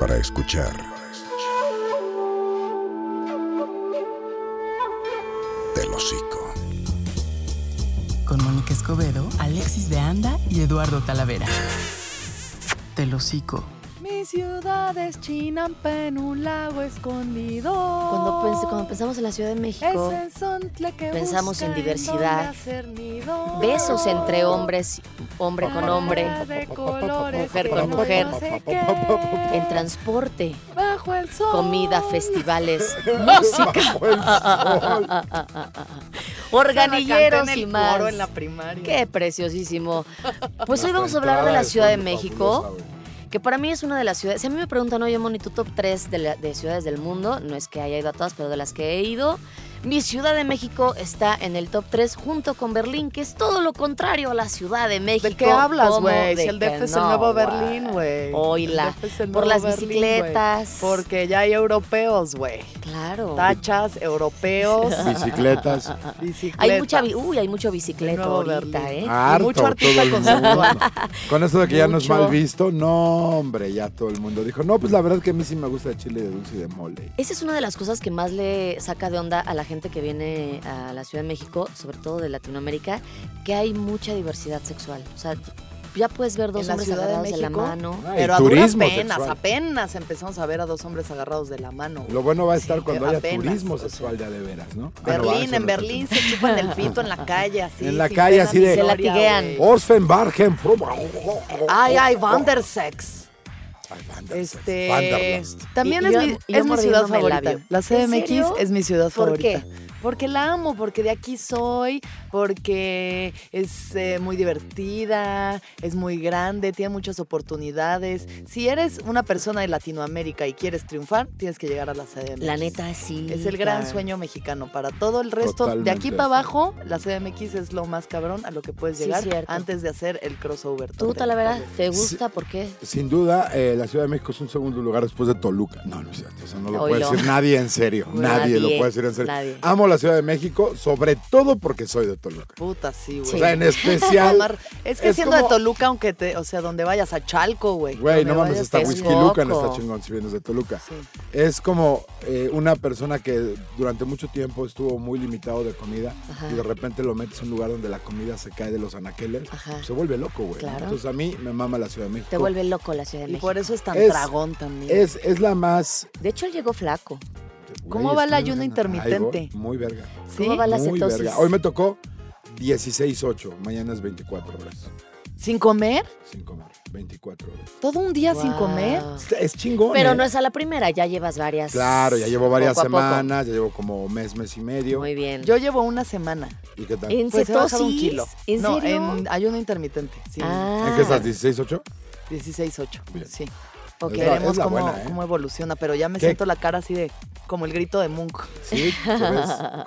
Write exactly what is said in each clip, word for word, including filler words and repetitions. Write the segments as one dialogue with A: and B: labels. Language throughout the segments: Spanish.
A: para escuchar. Del hocico.
B: Con Mónica Escobedo, Alexis de Anda y Eduardo Talavera. Del hocico.
C: Mi ciudad es Chinampa en un lago escondido.
D: Cuando, pens- cuando pensamos en la Ciudad de México,
C: Es en Sontle que
D: pensamos en
C: busca
D: diversidad,
C: dónde hacer nido.
D: besos entre hombres, hombre con hombre,
C: De colores
D: mujer
C: que
D: con
C: no
D: mujer,
C: sé qué.
D: en transporte,
C: Bajo el sol.
D: comida, festivales, música, organilleros
C: en
D: y
C: el
D: más.
C: coro en la primaria.
D: Qué preciosísimo. Pues hoy vamos a hablar de la Ciudad de México, que para mí es una de las ciudades. Si a mí me preguntan, oye, Moni, tu top tres de, la- de ciudades del mundo, no es que haya ido a todas, pero de las que he ido, mi Ciudad de México está en el top tres junto con Berlín, que es todo lo contrario a la Ciudad de México.
C: ¿De qué hablas,
D: ¿Cómo?
C: güey?
D: De
C: Si el D F
D: que
C: es el
D: no,
C: nuevo
D: güey.
C: Berlín, güey.
D: Oíla.
C: El D F es el
D: Por
C: nuevo
D: las
C: Berlín,
D: bicicletas.
C: güey. Porque ya hay europeos, güey.
D: Claro.
C: Tachas, europeos,
E: Bicicletas.
C: bicicletas.
D: Hay mucha, bi- uy, hay mucho bicicleta
C: Nuevo
D: ahorita,
C: Berlín.
D: ¿eh?
E: Harto,
C: mucho artista
E: todo el mundo.
C: conceptual.
E: Con eso de que ya no es
D: Mucho.
E: mal visto, no, hombre, ya todo el mundo dijo, no, pues la verdad que a mí sí me gusta el chile de dulce y de mole.
D: Esa es una de las cosas que más le saca de onda a la gente que viene a la Ciudad de México, sobre todo de Latinoamérica, que hay mucha diversidad sexual. O sea, ya puedes ver dos
C: En la
D: hombres
C: Ciudad de
D: agarrados de, la
C: México.
D: mano.
E: Ah, y
C: Pero a duras
E: turismo
C: penas,
E: sexual.
C: apenas empezamos a ver a dos hombres agarrados de la mano.
E: Lo bueno va a estar
C: Sí,
E: cuando haya
C: apenas,
E: turismo
C: o sea.
E: sexual ya de veras, ¿no? Ah, no, va,
C: Berlín,
E: eso
C: en
E: no
C: Berlín
E: está
C: se chupan el pito en la calle, así.
E: En la
C: sin
E: calle,
C: pena
E: así
C: ni
E: de-
D: Se
C: gloria,
D: latiguean.
C: güey.
E: Orfenbargen.
C: Ay, ay, Wandersex.
E: Ay, Wanderlust,
C: Este,
E: Wanderlust.
C: también
D: Y-
C: es
D: y
C: mi,
D: yo- y yo
C: es mi ciudad
D: mordiéndome el
C: favorita.
D: labio.
C: La C D M
D: ¿En
C: X
D: serio?
C: es mi ciudad
D: ¿Por
C: favorita.
D: qué?
C: Porque la amo, porque de aquí soy, porque es eh, muy divertida, es muy grande, tiene muchas oportunidades. Si eres una persona de Latinoamérica y quieres triunfar, tienes que llegar a la C D M X.
D: La neta, sí.
C: Es el gran
D: claro.
C: sueño mexicano. Para todo el resto, de aquí
E: Totalmente.
C: para abajo, la C D M X es lo más cabrón a lo que puedes
D: Sí,
C: llegar
D: cierto.
C: antes de hacer el crossover.
D: ¿Tú,
C: total.
D: Talavera, te gusta? ¿Por qué?
E: Sin duda, eh, la Ciudad de México es un segundo lugar después de Toluca. No, no es cierto. Eso no lo
D: Oílo.
E: puede decir nadie en serio. Nadie, lo
D: Nadie,
E: puede decir en serio.
D: nadie.
E: Amo la Ciudad de México, sobre todo porque soy de Toluca.
C: Puta, sí, güey.
E: O sea, en especial.
C: Amar- Es que
E: es
C: siendo
E: como-
C: de Toluca, aunque te, o sea, donde vayas a Chalco, güey.
E: Güey,
C: donde
E: no mames,
C: vayas
E: hasta
C: te-
E: Whisky
D: loco.
E: Lucan está chingón si vienes de Toluca.
C: Sí.
E: Es como eh, una persona que durante mucho tiempo estuvo muy limitado de comida
D: Ajá.
E: y de repente lo metes en un lugar donde la comida se cae de los anaqueles,
D: Ajá.
E: se vuelve loco, güey. ¿no?
D: Claro.
E: Entonces a mí me mama la Ciudad de México.
D: Te vuelve loco la Ciudad de
C: Y
D: México.
C: por eso es tan
E: Es-
C: dragón también.
E: Es, es la más...
D: De hecho, él llegó flaco.
C: ¿Cómo
E: Güey,
C: va el
E: estoy
C: ayuno
E: en-
C: intermitente?
E: Ahí voy, muy verga.
C: ¿Sí?
D: ¿Cómo va la
E: Muy
D: cetosis?
E: verga. Hoy me tocó dieciséis ocho, mañana es veinticuatro horas.
C: ¿Sin comer?
E: Sin comer, veinticuatro horas.
C: ¿Todo un día sin
D: Wow.
C: comer?
E: Es, es chingón.
D: Pero
E: ¿eh?
D: no es a la primera, ya llevas varias.
E: Claro, ya llevo varias
D: poco a poco.
E: semanas, ya llevo como mes, mes y medio.
D: Muy bien.
C: Yo llevo una semana.
E: ¿Y qué tal?
D: ¿En
C: Pues he bajado un
D: cetosis?
C: kilo.
D: ¿En
C: no,
D: serio?
C: en ayuno intermitente. Sí.
D: Ah.
E: ¿En qué estás? ¿dieciséis ocho?
C: dieciséis ocho.
E: Bien.
C: Sí.
D: Ok.
E: Es la-
C: Veremos
E: es la
C: cómo,
E: buena, ¿eh?
C: cómo evoluciona, pero ya me
E: ¿Qué?
C: siento la cara así de como el grito de Munch.
E: Sí, ¿te ves?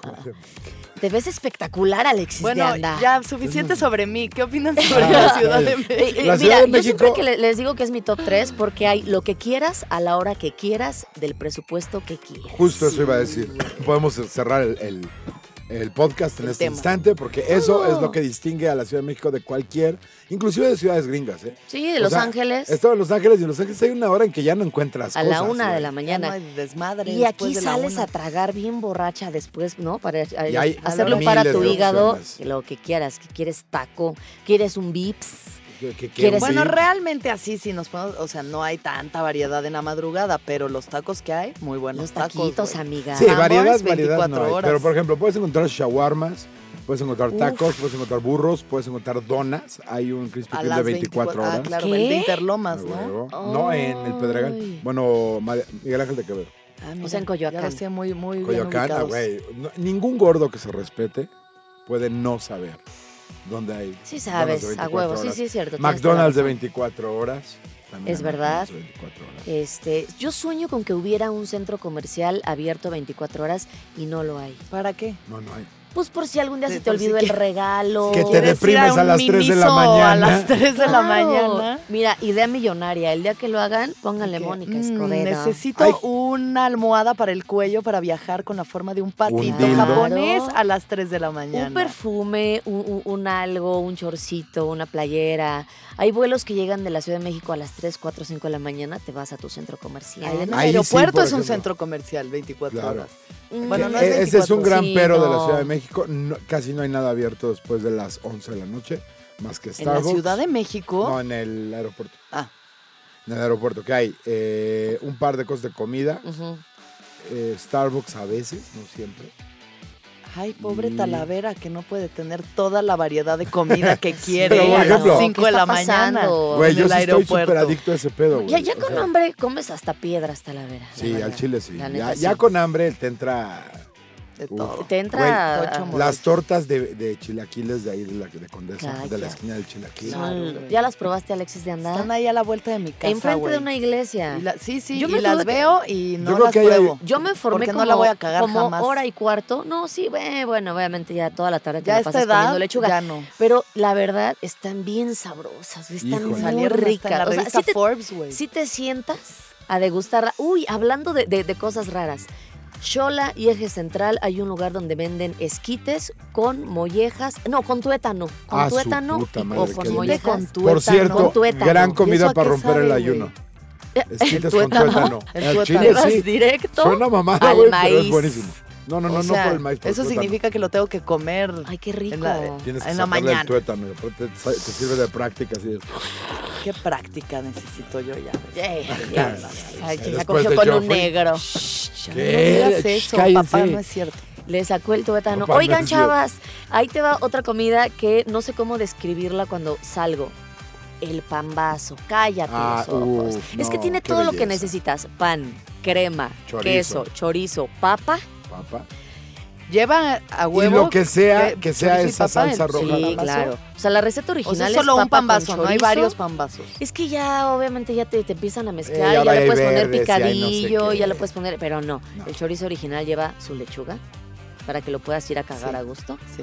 D: Te ves espectacular, Alexis
C: Bueno,
D: de Anda.
C: ya suficiente sobre mí. ¿Qué opinan sobre la Ciudad de
D: Eh,
C: México?
D: eh,
E: La
D: mira,
E: Ciudad de
D: yo siempre
E: México-
D: que le- les digo que es mi top tres porque hay lo que quieras a la hora que quieras del presupuesto que quieras.
E: Justo eso iba a decir. Podemos cerrar el, el- el podcast en
C: El
E: este
C: tema.
E: instante porque eso
D: Oh.
E: es lo que distingue a la Ciudad de México de cualquier, inclusive de ciudades gringas. ¿eh?
D: Sí, de
E: O
D: Los
E: sea,
D: Ángeles.
E: He estado en Los Ángeles y en Los Ángeles hay una hora en que ya no encuentras
D: A
E: cosas.
D: la una de
E: güey.
D: la
C: Ya no
D: mañana.
C: hay desmadre
D: Y
C: después
D: aquí
C: de la
D: sales
C: una.
D: a tragar bien borracha después, ¿no? Para eh,
E: Y hay
D: hacerlo
E: miles
D: para
E: de
D: tu hígado,
E: opciones.
D: lo que quieras, que quieres taco, quieres un Vips.
E: Que- que- que-
D: ¿Quieres-
C: Bueno,
E: sí.
C: realmente así sí nos podemos, o sea, no hay tanta variedad en la madrugada, pero los tacos que hay, muy buenos
D: Los
C: tacos.
D: taquitos,
C: güey.
D: amiga.
E: Sí,
C: Sanborns,
E: variedad, variedad
C: veinticuatro
E: no hay.
C: horas.
E: Pero, por ejemplo, puedes encontrar shawarmas, puedes encontrar
D: Uf.
E: tacos, puedes encontrar burros, puedes encontrar donas. Hay un Krispy
C: A
E: Kreme
C: las
E: de veinticuatro horas.
C: Ah, claro,
D: ¿Qué?
C: el de Interlomas,
E: A
C: ¿no?
E: huevo. No, en el Pedregal.
D: Ay.
E: Bueno, Ma- Miguel Ángel de Quevedo.
C: Ah, mira,
D: O sea, en Coyoacán.
C: Ya los tiene muy, muy bien
E: Coyoacán, ah,
C: ubicados.
E: güey. No- ningún gordo que se respete puede no saber dónde hay.
D: Sí
E: donas
D: sabes,
E: de
D: a
E: veinticuatro
D: huevo, sí,
E: horas.
D: sí es cierto. tienes toda la
E: McDonald's de
D: razón.
E: veinticuatro horas. También
D: Es
E: hay
D: verdad.
E: McDonald's de veinticuatro horas.
D: Este, yo sueño con que hubiera un centro comercial abierto veinticuatro horas y no lo hay.
C: ¿Para qué?
E: No, no hay.
D: Pues por si algún día
C: Sí,
D: se te
C: por si
D: olvidó el
C: que-
D: regalo.
E: Que te
C: ¿Quieres ir
E: deprimes
C: un
E: a las tres de la
C: Miniso
E: mañana?
C: A las tres de la
D: Claro.
C: mañana.
D: Mira, idea millonaria. El día que lo hagan, pónganle
C: Que,
D: Mónica
C: mm,
D: Escobedo.
C: necesito
E: Ay.
C: una almohada para el cuello para viajar con la forma de un patito
E: dildo.
C: japonés a las tres de la mañana.
D: Un perfume, un, un- un algo, un chorcito, una playera. Hay vuelos que llegan de la Ciudad de México a las tres, cuatro, cinco de la mañana. Te vas a tu centro comercial.
C: Ahí en el
E: Ahí sí,
C: aeropuerto
E: por
C: es un
E: ejemplo.
C: centro comercial, veinticuatro
E: Claro.
C: horas.
D: Mm,
C: Bueno, no es
E: Eh, Ese es
C: veinticuatro.
E: un gran
D: Sí,
E: pero de la
D: no.
E: Ciudad de México. No- casi no hay nada abierto después de las once de la noche, más que
C: En
E: Starbucks.
C: la Ciudad de México.
E: No, en el aeropuerto.
C: Ah,
E: En el aeropuerto, que hay eh, un par de cosas de comida,
D: Ujú.
E: eh, Starbucks a veces, no siempre.
C: ay, pobre
E: Y-
C: Talavera, que no puede tener toda la variedad de comida que quiere
E: Pero, por
C: a
E: ejemplo-
C: las cinco
D: ¿Qué
C: de la
D: está
C: mañana.
D: pasando?
E: Güey,
C: en
E: yo
C: el
E: sí estoy
C: aeropuerto.
E: súper adicto a ese pedo, güey.
D: Ya, ya
E: O
D: con
E: sea,
D: hambre comes hasta piedras, Talavera. la
E: Sí,
D: verdad.
E: al chile sí.
D: La
E: Ya,
D: neta,
E: ya
D: sí.
E: con hambre te entra
C: De
E: Uf.
C: todo.
D: Te entra...
C: Güey, ocho
E: las tortas de, de chilaquiles de ahí, de la de Condesa,
D: Calla.
E: de la esquina del chilaquil.
C: Claro,
D: Son-
C: güey.
D: ¿Ya las probaste, Alexis, de andar?
C: Están ahí a la vuelta de mi casa,
D: Enfrente
C: güey.
D: de una iglesia.
C: Y la- sí, sí,
D: Yo
C: y
D: me
C: las
D: tuve que-
C: veo y no
E: creo
C: las
E: que hay-
C: pruebo.
D: Yo me formé
C: Porque
D: como,
C: no la voy a cagar
D: como
C: jamás.
D: hora y cuarto. No, sí, eh, bueno, obviamente ya toda la tarde te
C: Ya
D: la
C: a esta
D: pasas
C: edad,
D: comiendo lechuga.
C: ya no.
D: Pero la verdad, están bien sabrosas, están
E: Híjole.
D: muy
C: Salieron hasta
D: ricas.
C: en la
D: O sea,
C: revista
D: sí te,
C: Forbes, güey.
D: sí te sientas a degustarla. Uy, hablando de, de- de cosas raras. Xola y Eje Central hay un lugar donde venden esquites con mollejas, no, con tuétano, con
E: Ah, su
D: tuétano
E: puta
D: y-
E: madre,
D: o
E: qué
D: con
E: delicia.
D: mollejas.
C: Con tuétano.
E: Por cierto,
D: Con tuétano.
E: gran
C: ¿Y eso
E: comida
C: a
E: para
C: qué
E: romper
C: sabe,
E: el
C: güey?
E: ayuno.
D: El
E: Esquites con
D: tuétano.
E: tuétano.
C: El
E: Al
C: tuétano.
E: chile
D: Te vas
E: sí.
D: directo
E: Suena mamada,
D: al
E: güey, pero es
D: maíz.
E: buenísimo. No, no, no,
C: O
E: no
C: sea,
E: por el maíz, por el
C: eso
E: tuétano.
C: significa que lo tengo que comer
D: Ay, qué rico.
C: en la,
E: Tienes que
C: en la
E: sacarle
C: mañana.
E: el tuétano y aparte te, te sirve de práctica. Así.
C: Qué práctica necesito yo ya.
D: Eh, ya, ay, que la
E: Después
D: cogió
E: de
D: con un
E: Joffrey.
D: negro.
C: No
E: ¿Qué?
C: digas
E: Shh,
C: eso,
E: cállense.
C: papá, no es cierto.
D: Le sacó el tuétano.
E: Papá, no
D: Oigan,
E: es cierto.
D: chavas, ahí te va otra comida que no sé cómo describirla cuando salgo. El pambazo. Cállate
E: Ah,
D: los ojos.
E: uf,
D: es que
E: no,
D: tiene
E: qué
D: todo lo que
E: belleza.
D: necesitas. Pan, crema,
E: Chorizo.
D: queso, chorizo, papa.
E: Papá.
C: Lleva a
E: Y
C: huevo.
E: lo que sea,
C: eh,
E: que sea
C: chorizo y
E: esa
C: papa,
E: salsa
C: el-
E: roja.
C: el
D: Sí,
C: pambazo.
D: claro. O sea, la receta
C: O
D: original
C: sea, es
D: es
C: solo un
D: papa con
C: pambazo, no hay
D: chorizo.
C: varios pambazos.
D: Es que ya, obviamente, ya te, te empiezan a
E: Eh,
D: mezclar,
E: ya
D: ya le
E: hay
D: puedes poner
E: verdes y hay no sé
D: picadillo,
E: qué.
D: ya le puedes poner, pero no,
E: No.
D: el chorizo original lleva su lechuga para que lo puedas ir a cagar
C: Sí.
D: a gusto,
C: Sí.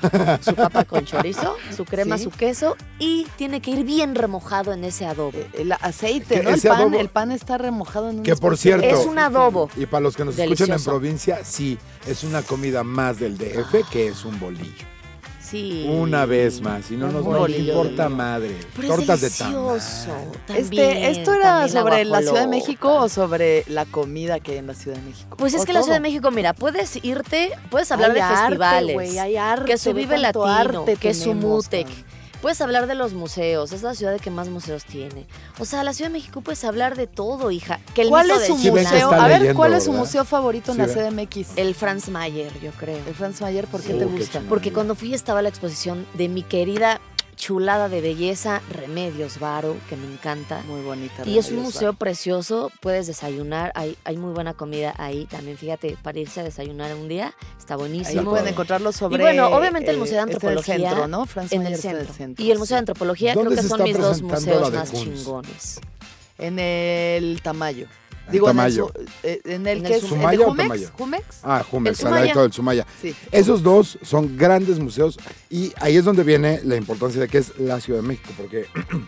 D: su papa con chorizo, su crema,
C: Sí.
D: su queso y tiene que ir bien remojado en ese adobo.
C: Eh, El aceite,
E: Que
C: ¿no? El
E: ese
C: pan,
E: adobo-
C: el pan está remojado en un
E: Que por cierto-
D: Es un adobo.
E: Y para los que nos escuchan en
D: Delicioso.
E: provincia, sí, es una comida más del D F que es un bolillo.
D: Sí.
E: Una vez más, y no
C: Un
E: nos
C: bolillo.
E: importa madre.
D: Pero
E: Tortas
D: es
E: de
D: delicioso.
E: tamal.
C: Este,
D: también,
C: ¿Esto era
D: también
C: sobre la Ciudad de
D: guajolota.
C: México o sobre la comida que hay en la Ciudad de México?
D: Pues es
C: O
D: que la Ciudad de
C: todo.
D: México, mira, puedes irte, puedes hablar
C: Hay
D: de
C: arte,
D: festivales,
C: güey, hay arte,
D: que su
C: ve
D: Vive
C: cuánto
D: Latino,
C: arte
D: que su
C: tenemos,
D: Mutec.
C: cabrón.
D: Puedes hablar de los museos, es la ciudad que más museos tiene. O sea, la Ciudad de México puedes hablar de todo, hija. Que el
C: ¿Cuál
D: mito
C: es su
D: del
E: Sí, ven que
C: museo?
D: China,
E: está
C: A ver,
E: leyendo,
C: ¿cuál es su
E: ¿verdad?
C: museo favorito en
E: Sí,
C: la
E: ve.
C: C D M X?
D: el Franz Mayer, yo creo.
C: El Franz Mayer, ¿por qué
E: Oh,
C: te
E: qué
C: gusta?
E: chingón.
D: Porque cuando fui estaba la exposición de mi querida chulada de belleza, Remedios Varo, que me encanta.
C: Muy bonita.
D: Y es un
C: Remedios
D: museo
C: Varo.
D: precioso, puedes desayunar, hay, hay muy buena comida ahí. También fíjate, para irse a desayunar un día, está
C: Ahí
D: buenísimo.
C: pueden encontrarlo sobre.
D: Y bueno, obviamente el Museo de
C: eh,
D: Antropología
C: está en el centro, ¿no? Franz
D: en
C: Mayer
D: el
C: está
D: centro. Y el Museo de Antropología creo
E: ¿Dónde
D: que
E: se
D: son
E: está
D: mis dos
E: presentando
D: museos
E: la de
D: más
E: Kunz?
D: chingones.
C: En el Tamayo.
E: En
C: Digo,
E: Tamayo.
C: en el, su- eh, en el
D: ¿En
C: que
D: el
C: es el
E: Sumaya
C: de
E: o
C: Jumex.
E: Tamayo?
C: Jumex.
E: Ah, Jumex,
D: El
E: al
D: Sumaya.
E: ladito del Sumaya.
C: Sí.
E: Esos dos son grandes museos y ahí es donde viene la importancia de que es la Ciudad de México, porque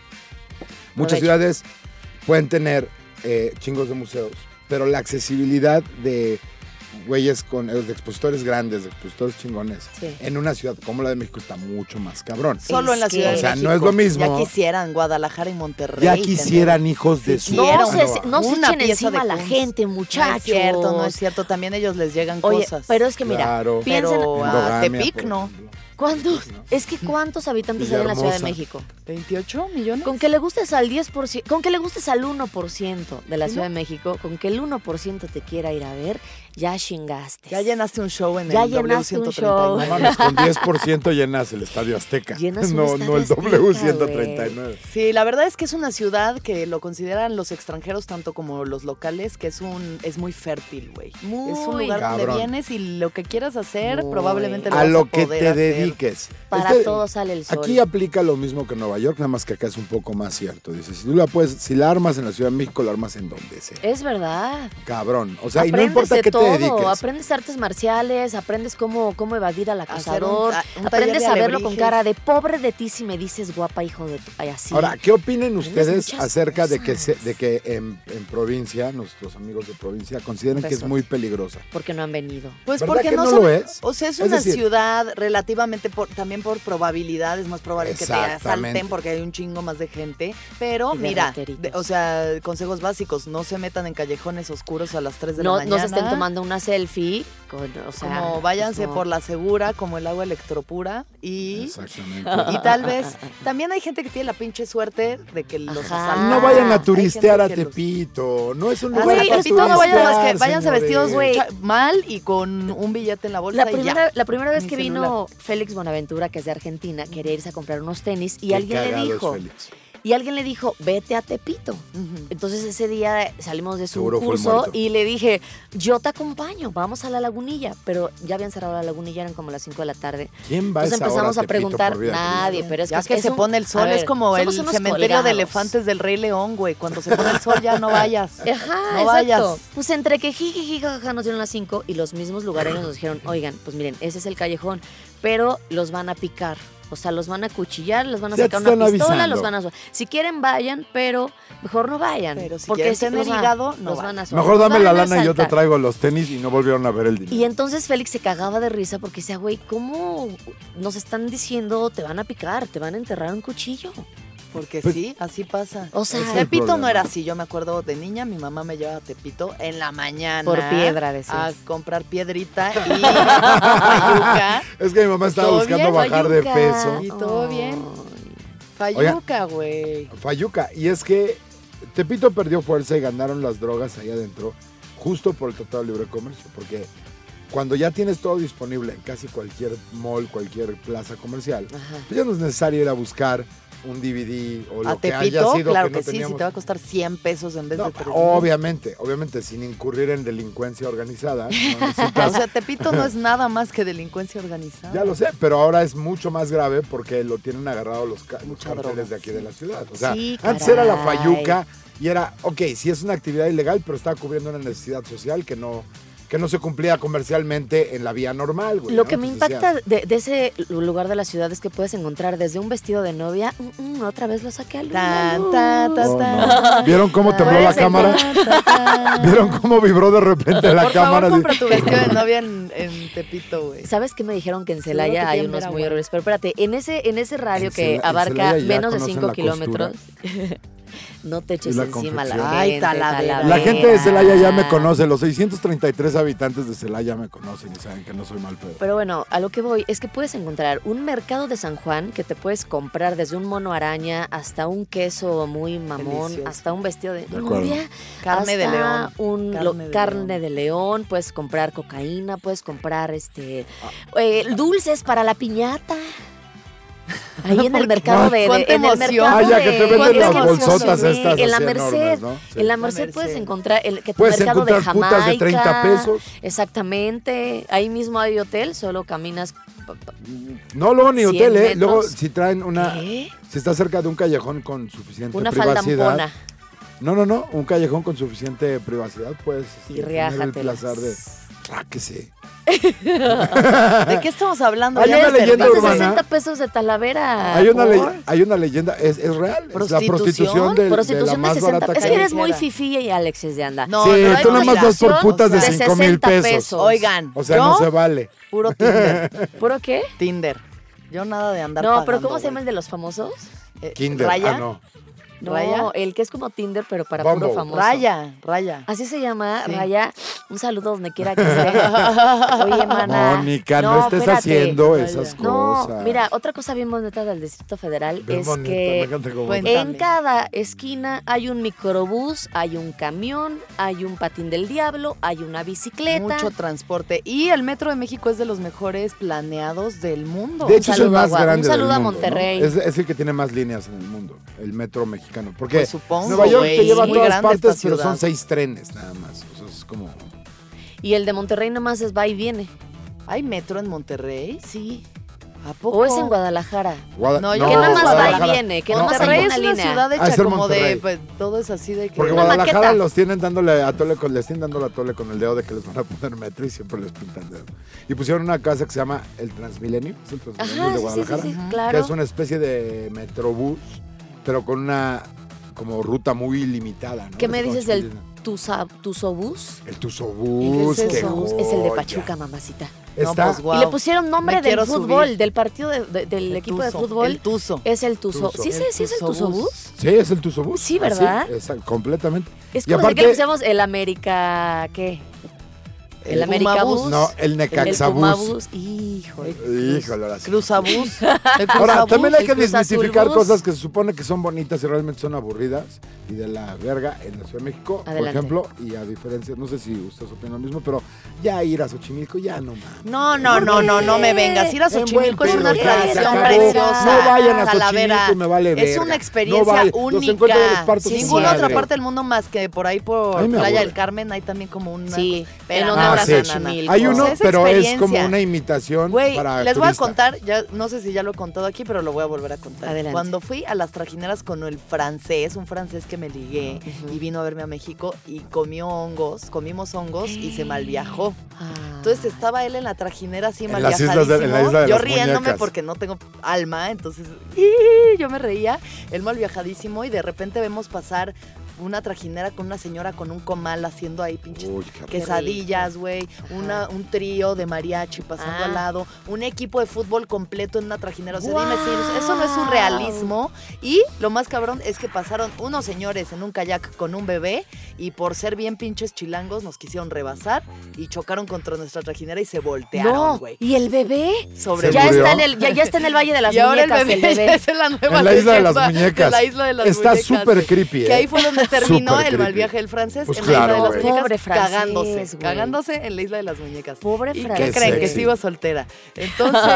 E: muchas
D: Provecho.
E: ciudades pueden tener eh, chingos de museos, pero la accesibilidad de güeyes con eh, de expositores grandes, de expositores chingones,
D: Sí.
E: en una ciudad como la de México está mucho más cabrón.
C: Solo
D: Es
C: en la
D: que-
C: Ciudad
D: O
C: de
E: sea,
C: México.
E: no es lo mismo.
C: Ya quisieran Guadalajara y Monterrey.
E: Ya
C: tener-
E: quisieran hijos de
C: Sí,
E: su...
C: quiero.
D: No
E: Ah,
D: se, no se
C: Una
D: echen
C: pieza
D: encima a
C: de
D: la
C: Kunz.
D: gente,
C: No
D: muchachos.
C: es cierto, no es cierto. También a ellos les llegan
D: Oye,
C: cosas.
D: pero es que mira,
E: Claro.
D: piensen,
C: Pero a
E: Endogamia,
C: Tepic
E: por
C: no.
E: ejemplo.
D: ¿cuántos?
E: ¿no?
D: Es que ¿cuántos habitantes hay en la Ciudad de
E: Villahermosa.
D: México?
C: ¿veintiocho millones?
D: Con que le gustes al diez por ciento, con que le gustes al uno por ciento de la
C: ¿Sí,
D: Ciudad
C: no?
D: de México, con que el uno por ciento te quiera ir a ver, ya chingaste.
C: Ya llenaste un show en
D: Ya
C: el W
D: llenaste un
C: ciento treinta y
E: No
C: nueve.
E: mames, con diez por ciento llenas el Estadio Azteca.
D: Llenas un
E: no,
D: Estadio
E: no el
D: Azteca,
E: W ciento treinta y nueve.
C: Sí, la verdad es que es una ciudad que lo consideran los extranjeros tanto como los locales, que es un es muy fértil, güey.
D: Muy
C: Es un lugar donde
E: cabrón.
C: vienes y lo que quieras hacer
D: Muy.
C: probablemente lo
E: A
C: vas
E: lo
C: a
E: que
C: poder
E: te
C: hacer.
E: dediques.
D: Para
E: Este-
D: todo sale el sol.
E: Aquí aplica lo mismo que en Nueva York, nada más que acá es un poco más cierto. Dice, si tú la puedes, si la armas en la Ciudad de México, la armas en donde sea.
D: Es verdad.
E: Cabrón. O sea, y no
D: Aprendes
E: importa
D: de
E: qué
D: todo,
E: te dediques.
D: aprendes artes marciales, aprendes cómo, cómo evadir al
C: Hacer un
D: acosador,
C: ta- un taller
D: aprendes
C: de
D: a verlo con
C: alebrijes.
D: cara de pobre de ti si me dices guapa, hijo de tu... Ay, así.
E: Ahora, ¿qué opinen ustedes
D: muchas
E: acerca de que, se-
D: cosas.
E: de que en, en provincia, nuestros amigos de provincia, consideren que es
D: Beso.
E: muy peligrosa?
D: Porque no han venido.
C: Pues
E: ¿Verdad
C: porque
E: que
C: no,
E: no
C: son-
E: lo es?
C: O sea, es
E: Es
C: una
E: decir-
C: ciudad relativamente por, también por probabilidades más probable que te
E: Exactamente.
C: asalten porque hay un chingo más de gente. Pero
D: Y de
C: mira,
D: rateritos.
C: de- o sea, consejos básicos, no se metan en callejones oscuros a las tres de
D: No,
C: la
D: no
C: mañana.
D: se estén tomando una selfie. Con, o sea,
C: Como váyanse
D: pues no.
C: por la segura, como el agua electropura. Y,
E: Exactamente.
C: y tal vez, también hay gente que tiene la pinche suerte de que los
D: Ajá.
C: asaltan.
E: No vayan
D: Ah,
E: a turistear a
C: hay gente que los-
E: Tepito. No es un
C: Ah,
E: lugar
C: sí,
E: para
C: Tepito no vayan más que
E: turistear,
C: váyanse vestidos
E: señores.
C: cha- mal y con un billete en la bolsa
D: La
C: y
D: primera,
C: ya.
D: la primera vez
C: Mi
D: que vino Félix Bonaventura, que es de Argentina, quería irse a comprar unos tenis y
E: Qué
D: alguien le
E: cagado es
D: dijo,
E: Félix.
D: y alguien le dijo, vete a Tepito.
C: Ujú.
D: Entonces ese día salimos de su
E: Seguro fue el
D: curso
E: muerto.
D: y le dije, yo te acompaño, vamos a la lagunilla. Pero ya habían cerrado la lagunilla, eran como las cinco de la tarde.
E: ¿Quién va a
D: Entonces
E: esa hora
D: empezamos a
E: Tepito,
D: preguntar,
E: por vida de
D: nadie,
E: Cristo?
D: pero es
C: Ya
D: que,
C: que
D: es
C: se
D: un-
C: pone el sol,
D: a ver,
C: es como el
D: somos unos
C: cementerio de
D: colgados.
C: elefantes del Rey León, güey. Cuando se pone el sol ya no vayas.
D: Ajá,
C: No
D: exacto.
C: vayas.
D: Pues entre que jiji, jajaja, nos dieron las cinco y los mismos lugareños nos dijeron, oigan, pues miren, ese es el callejón, pero los van a picar. O sea, los van a cuchillar, les van a
E: Ya
D: sacar
E: te
D: una
E: están
D: pistola,
E: avisando.
D: los van a... Si quieren, vayan, pero mejor no vayan.
C: Pero si
D: porque
C: quieren
D: si
C: tener
D: los van-
C: hígado, no
D: los
C: vayan.
D: van a
E: Mejor dame
D: los
E: la
D: van a
E: lana y yo te
D: asaltar.
E: traigo los tenis y no volvieron a ver el dinero.
D: Y entonces Félix se cagaba de risa porque decía, güey, ¿cómo nos están diciendo te van a picar, te van a enterrar un cuchillo?
C: Porque
E: Pues-
C: sí, así pasa.
D: O sea,
E: Es el
C: Tepito no
E: problema.
C: era así. Yo me acuerdo de niña, mi mamá me llevaba a Tepito en la mañana.
D: Por piedra, decías.
C: A comprar piedrita y fayuca.
E: Es que mi mamá estaba
C: Todo
E: buscando
C: bien,
E: bajar de
D: Fayuca.
E: peso.
C: Y todo bien.
D: Ay.
C: Fayuca, güey.
E: Fayuca. Y es que Tepito perdió fuerza y ganaron las drogas ahí adentro justo por el Tratado de Libre Comercio. Porque cuando ya tienes todo disponible en casi cualquier mall, cualquier plaza comercial,
D: Ajá.
E: pues ya no es necesario ir a buscar un D V D o lo
C: A
E: que haya
C: Tepito,
E: sido
C: claro
E: que
C: que,
E: no
C: sí,
E: teníamos.
C: si te va a costar cien pesos en vez
E: No,
C: de tres mil.
E: obviamente, obviamente, sin incurrir en delincuencia organizada. No necesitas-
C: O sea, Tepito no es nada más que delincuencia organizada.
E: ya lo sé, pero ahora es mucho más grave porque lo tienen agarrado los, ca- los
C: Mucha
E: carteles
C: droga,
E: de aquí
C: sí.
E: de la ciudad. O sea,
D: Sí,
E: antes era la
D: caray.
E: fayuca y era, ok, sí es una actividad ilegal, pero estaba cubriendo una necesidad social que no, que no se cumplía comercialmente en la vía normal, güey.
D: Lo
E: ¿no?
D: que me
E: Entonces
D: impacta
E: decías,
D: de, de ese lugar de la ciudad es que puedes encontrar desde un vestido de novia, mm, mm, otra vez lo saqué al
C: Tan, ta, ta,
E: "Oh,
C: ta.
E: no". ¿Vieron cómo tembló la
C: Puedes
E: cámara?
C: encontrar, ta, ta.
E: ¿Vieron cómo vibró de repente la
C: Por
E: cámara?
C: favor,
E: Así-
C: compra tu vestido de novia en, en Tepito, güey.
D: ¿Sabes qué me dijeron que en
C: Seguro
D: Celaya
C: que
D: hay
C: tienen
D: unos
C: ver
D: muy
C: agua.
D: horrores? Pero espérate, en ese, en ese radio
E: En
D: que
E: Cela- en
D: abarca
E: Celaya ya
D: menos de
E: conocen
D: cinco
E: la
D: kilómetros, no te eches
E: Y la
D: encima a la
E: confección.
C: Ay,
D: gente,
C: Talavera.
E: La gente de Celaya ya me conoce, los seiscientos treinta y tres habitantes de Celaya me conocen y saben que no soy mal pedo.
D: Pero bueno, a lo que voy es que puedes encontrar un mercado de San Juan que te puedes comprar desde un mono araña hasta un queso muy mamón,
C: Delicioso.
D: hasta un vestido de,
E: De acuerdo.
D: novia,
C: Carne de
D: hasta
C: león.
D: un
C: Carne
D: lo-
C: de
D: carne
C: león.
D: de león, puedes comprar cocaína, puedes comprar este
E: Ah.
D: eh, dulces para la piñata. Ahí en el mercado de, de-
C: Cuánta
D: en el
C: emoción.
D: mercado
E: Ah, ya
D: de-
E: que te venden
C: ¿Cuánta
E: las
C: emoción?
E: bolsotas
D: Sí,
E: estas
D: en la
E: así
D: Merced,
E: enormes, ¿no? Sí.
D: en la
C: La
D: Merced
C: Merced.
D: puedes encontrar el que tu
E: Puedes
D: mercado de
E: encontrar
D: Jamaica.
E: putas de treinta pesos.
D: Exactamente. Ahí mismo hay hotel, solo caminas.
E: No, luego ni
D: cien
E: hotel, ¿eh?
D: metros.
E: Luego si traen una...
D: ¿Qué?
E: Si está cerca de un callejón con suficiente
D: Una falda
E: privacidad...
D: ampona.
E: No, no, no, un callejón con suficiente privacidad, puedes este,
D: Y
E: tener el
D: riájatelas.
E: placer de... Tráquese.
C: ¿De qué estamos hablando?
E: Hay
C: Ya
E: una
C: me
E: leyenda
C: perdí.
E: urbana.
D: sesenta pesos de Talavera.
E: Hay una,
D: ¿por?
E: ley- hay una leyenda, es, es real, es la
C: ¿Prostitución?
E: prostitución de, de la
D: Prostitución de
E: más
D: sesenta
E: barata
D: Es
E: que
D: que
E: hay.
D: eres muy
C: Quiera.
D: fifí y Alexis de anda.
C: No,
E: Sí,
C: no hay
E: tú nomás vas por
C: prostitución,
E: putas de
C: o sea,
E: cinco mil
D: sesenta
E: pesos.
D: pesos.
C: Oigan,
E: O sea,
C: ¿yo?
E: no se vale.
C: Puro Tinder.
D: ¿Puro qué?
C: Tinder. Yo nada de andar
D: No, pero
C: pagando,
D: ¿cómo se llama
C: güey.
D: el de los famosos?
C: Eh,
E: Kinder,
C: ¿Raya?
E: ah, no.
D: No,
C: ¿Raya?
D: el que es como Tinder, pero para
E: Bumble.
D: puro famoso.
C: Raya, Raya.
D: Así se llama,
C: Sí.
D: Raya. Un saludo donde quiera que esté. Oye, mana.
E: Mónica, no, estés
D: espérate.
E: haciendo
C: Raya.
E: esas
D: No,
E: cosas.
D: mira, otra cosa bien bonita del Distrito Federal
E: Bien
D: es
E: bonito, me
D: que
E: encanta cómo-
C: Cuéntame.
D: en cada esquina hay un microbús, hay un camión, hay un patín del diablo, hay una bicicleta.
C: Mucho transporte. Y el Metro de México es de los mejores planeados del mundo.
E: De hecho, es el
D: saludo a
E: más
D: Gua- un
E: grande del
D: saludo a
E: mundo,
D: Monterrey.
E: ¿no? Es, es el que tiene más líneas en el mundo, el metro mexicano. Porque
C: Pues supongo,
E: Nueva York
C: güey,
E: te lleva a
C: muy
E: todas
C: grande
E: partes,
C: esta
E: pero
C: ciudad.
E: son seis trenes nada más. O sea, es como...
D: Y el de Monterrey nomás es va y viene.
C: ¿Hay metro en Monterrey?
D: Sí.
C: ¿A poco?
D: ¿O es en Guadalajara?
E: Guada-
C: No, yo
D: que nada más va y
E: Guadalajara.
D: viene, que
E: No,
D: nada más
C: Monterrey
D: hay
C: es
D: una
C: una
D: línea.
C: ciudad
E: Ha de
C: hecha
E: ser
C: como de...
E: Monterrey.
C: Pues, todo es así de que...
E: Porque
D: Una
E: Guadalajara
D: maqueta.
E: los tienen dándole a tole con, les tienen dándole a tole con el dedo de que les van a poner metro y siempre les pintan dedo. Y pusieron una casa que se llama el Transmilenio, es el Transmilenio
D: Ajá,
E: de
D: sí, sí, sí,
E: Guadalajara,
D: sí,
E: que
D: claro.
E: es una especie de metrobús, pero con una como ruta muy limitada, ¿no?
D: ¿Qué
E: Es
D: me
E: como
D: dices del
E: chiquitita.
D: tusa- Tusobús?
E: El Tusobús?
C: ¿Qué es
E: qué
C: eso?
D: Es el de
E: joya.
D: Pachuca, mamacita.
C: No,
E: Está,
C: pues, guau.
D: Y le pusieron nombre
C: Me
D: del
C: quiero
D: fútbol,
C: subir.
D: del partido de- de- del
C: El
D: equipo de
C: tuzo,
D: fútbol.
C: El tuzo.
D: Es el Tuzo.
E: Tuzo.
D: Sí, sí,
C: El
D: sí, es el
C: Tusobús.
D: Tusobús.
E: sí, es el Tusobús.
D: Sí, ¿verdad?
E: Así, exacto, completamente.
D: Es
E: Y
D: como
E: aparte-
D: si que le pusiéramos el América, ¿qué? El,
C: El
D: Americabús.
C: Pumabús.
E: No, el
D: El
E: Necaxabús.
D: Pumabús. Híjole.
E: Híjole, ahora sí.
C: Cruzabús. El
E: Ahora,
C: Cruzabús.
E: también hay
D: el
E: que
D: Cruz
E: desmitificar
D: Azul Bus.
E: cosas que se supone que son bonitas y realmente son aburridas y de la verga en la Ciudad de México,
D: Adelante.
E: por ejemplo, y a diferencia, no sé si ustedes opinan lo mismo, pero ya ir a Xochimilco ya no mames.
C: No, no, no, no, no me vengas. Ir a
E: En buen
C: Xochimilco es
E: pedo,
C: una
E: ya,
C: tradición
E: se acabó.
C: preciosa.
E: No vayan a
C: Talavera.
E: Xochimilco y me vale
C: Es
E: verga.
C: una experiencia
E: No vayan. Los
C: única.
E: encuentro de los partos
D: Sí,
E: su
C: Ninguna
E: madre.
C: otra parte del mundo más que por ahí
E: A
C: por
E: mí me
C: Playa
E: aburre.
C: del Carmen hay también como una...
D: Sí,
C: Espera,
D: en
C: no,
D: honor
E: Ah,
D: a
E: sí.
D: Xochimilco.
E: Hay uno,
C: O sea, es
E: pero es
C: experiencia.
E: como una imitación
C: Güey,
E: para
C: les voy a
E: turista.
C: contar, ya no sé si ya lo he contado aquí, pero lo voy a volver a contar.
D: Adelante.
C: Cuando fui a las trajineras con el francés, un francés que me ligué
D: Ujú.
C: y vino a verme a México y comió hongos, comimos hongos y se malviajó.
D: Ah.
C: Entonces estaba él en la trajinera así
E: En las islas de- en la
C: malviajadísimo,
E: isla de
C: yo
E: las
C: riéndome
E: muñecas.
C: porque no tengo alma, entonces yo me reía, él malviajadísimo y de repente vemos pasar una trajinera con una señora con un comal haciendo ahí pinches
E: Uy, qué rico.
C: quesadillas, güey, una un trío de mariachi pasando
D: Ah.
C: al lado, un equipo de fútbol completo en una trajinera, o sea,
D: ¡Guau!
C: dime si eso no es surrealismo. Y lo más cabrón es que pasaron unos señores en un kayak con un bebé y por ser bien pinches chilangos nos quisieron rebasar y chocaron contra nuestra trajinera y se voltearon,
D: No,
C: güey.
D: ¿y el bebé?
C: Sobre
E: ¿Se
D: Ya
E: murió?
D: está, en el, ya, ya está en el Valle de las
C: y ahora
D: Muñecas,
C: el bebé,
D: el bebé.
C: ya es en la nueva
E: En la isla de las
C: leyenda
E: muñecas.
C: de la isla de las
E: Está
C: muñecas.
E: súper creepy,
C: Que
E: ¿eh?
C: ahí fue donde terminó
E: Súper
C: el mal
E: creepy.
C: viaje del francés
E: Pues
C: en
E: claro,
C: la isla de las
E: güey.
C: muñecas.
D: Pobre francés,
C: cagándose,
D: güey.
C: cagándose en la isla de las muñecas.
D: Pobre
C: ¿Y
D: francés.
C: qué creen? Que
E: sexy.
C: sigo soltera. Entonces,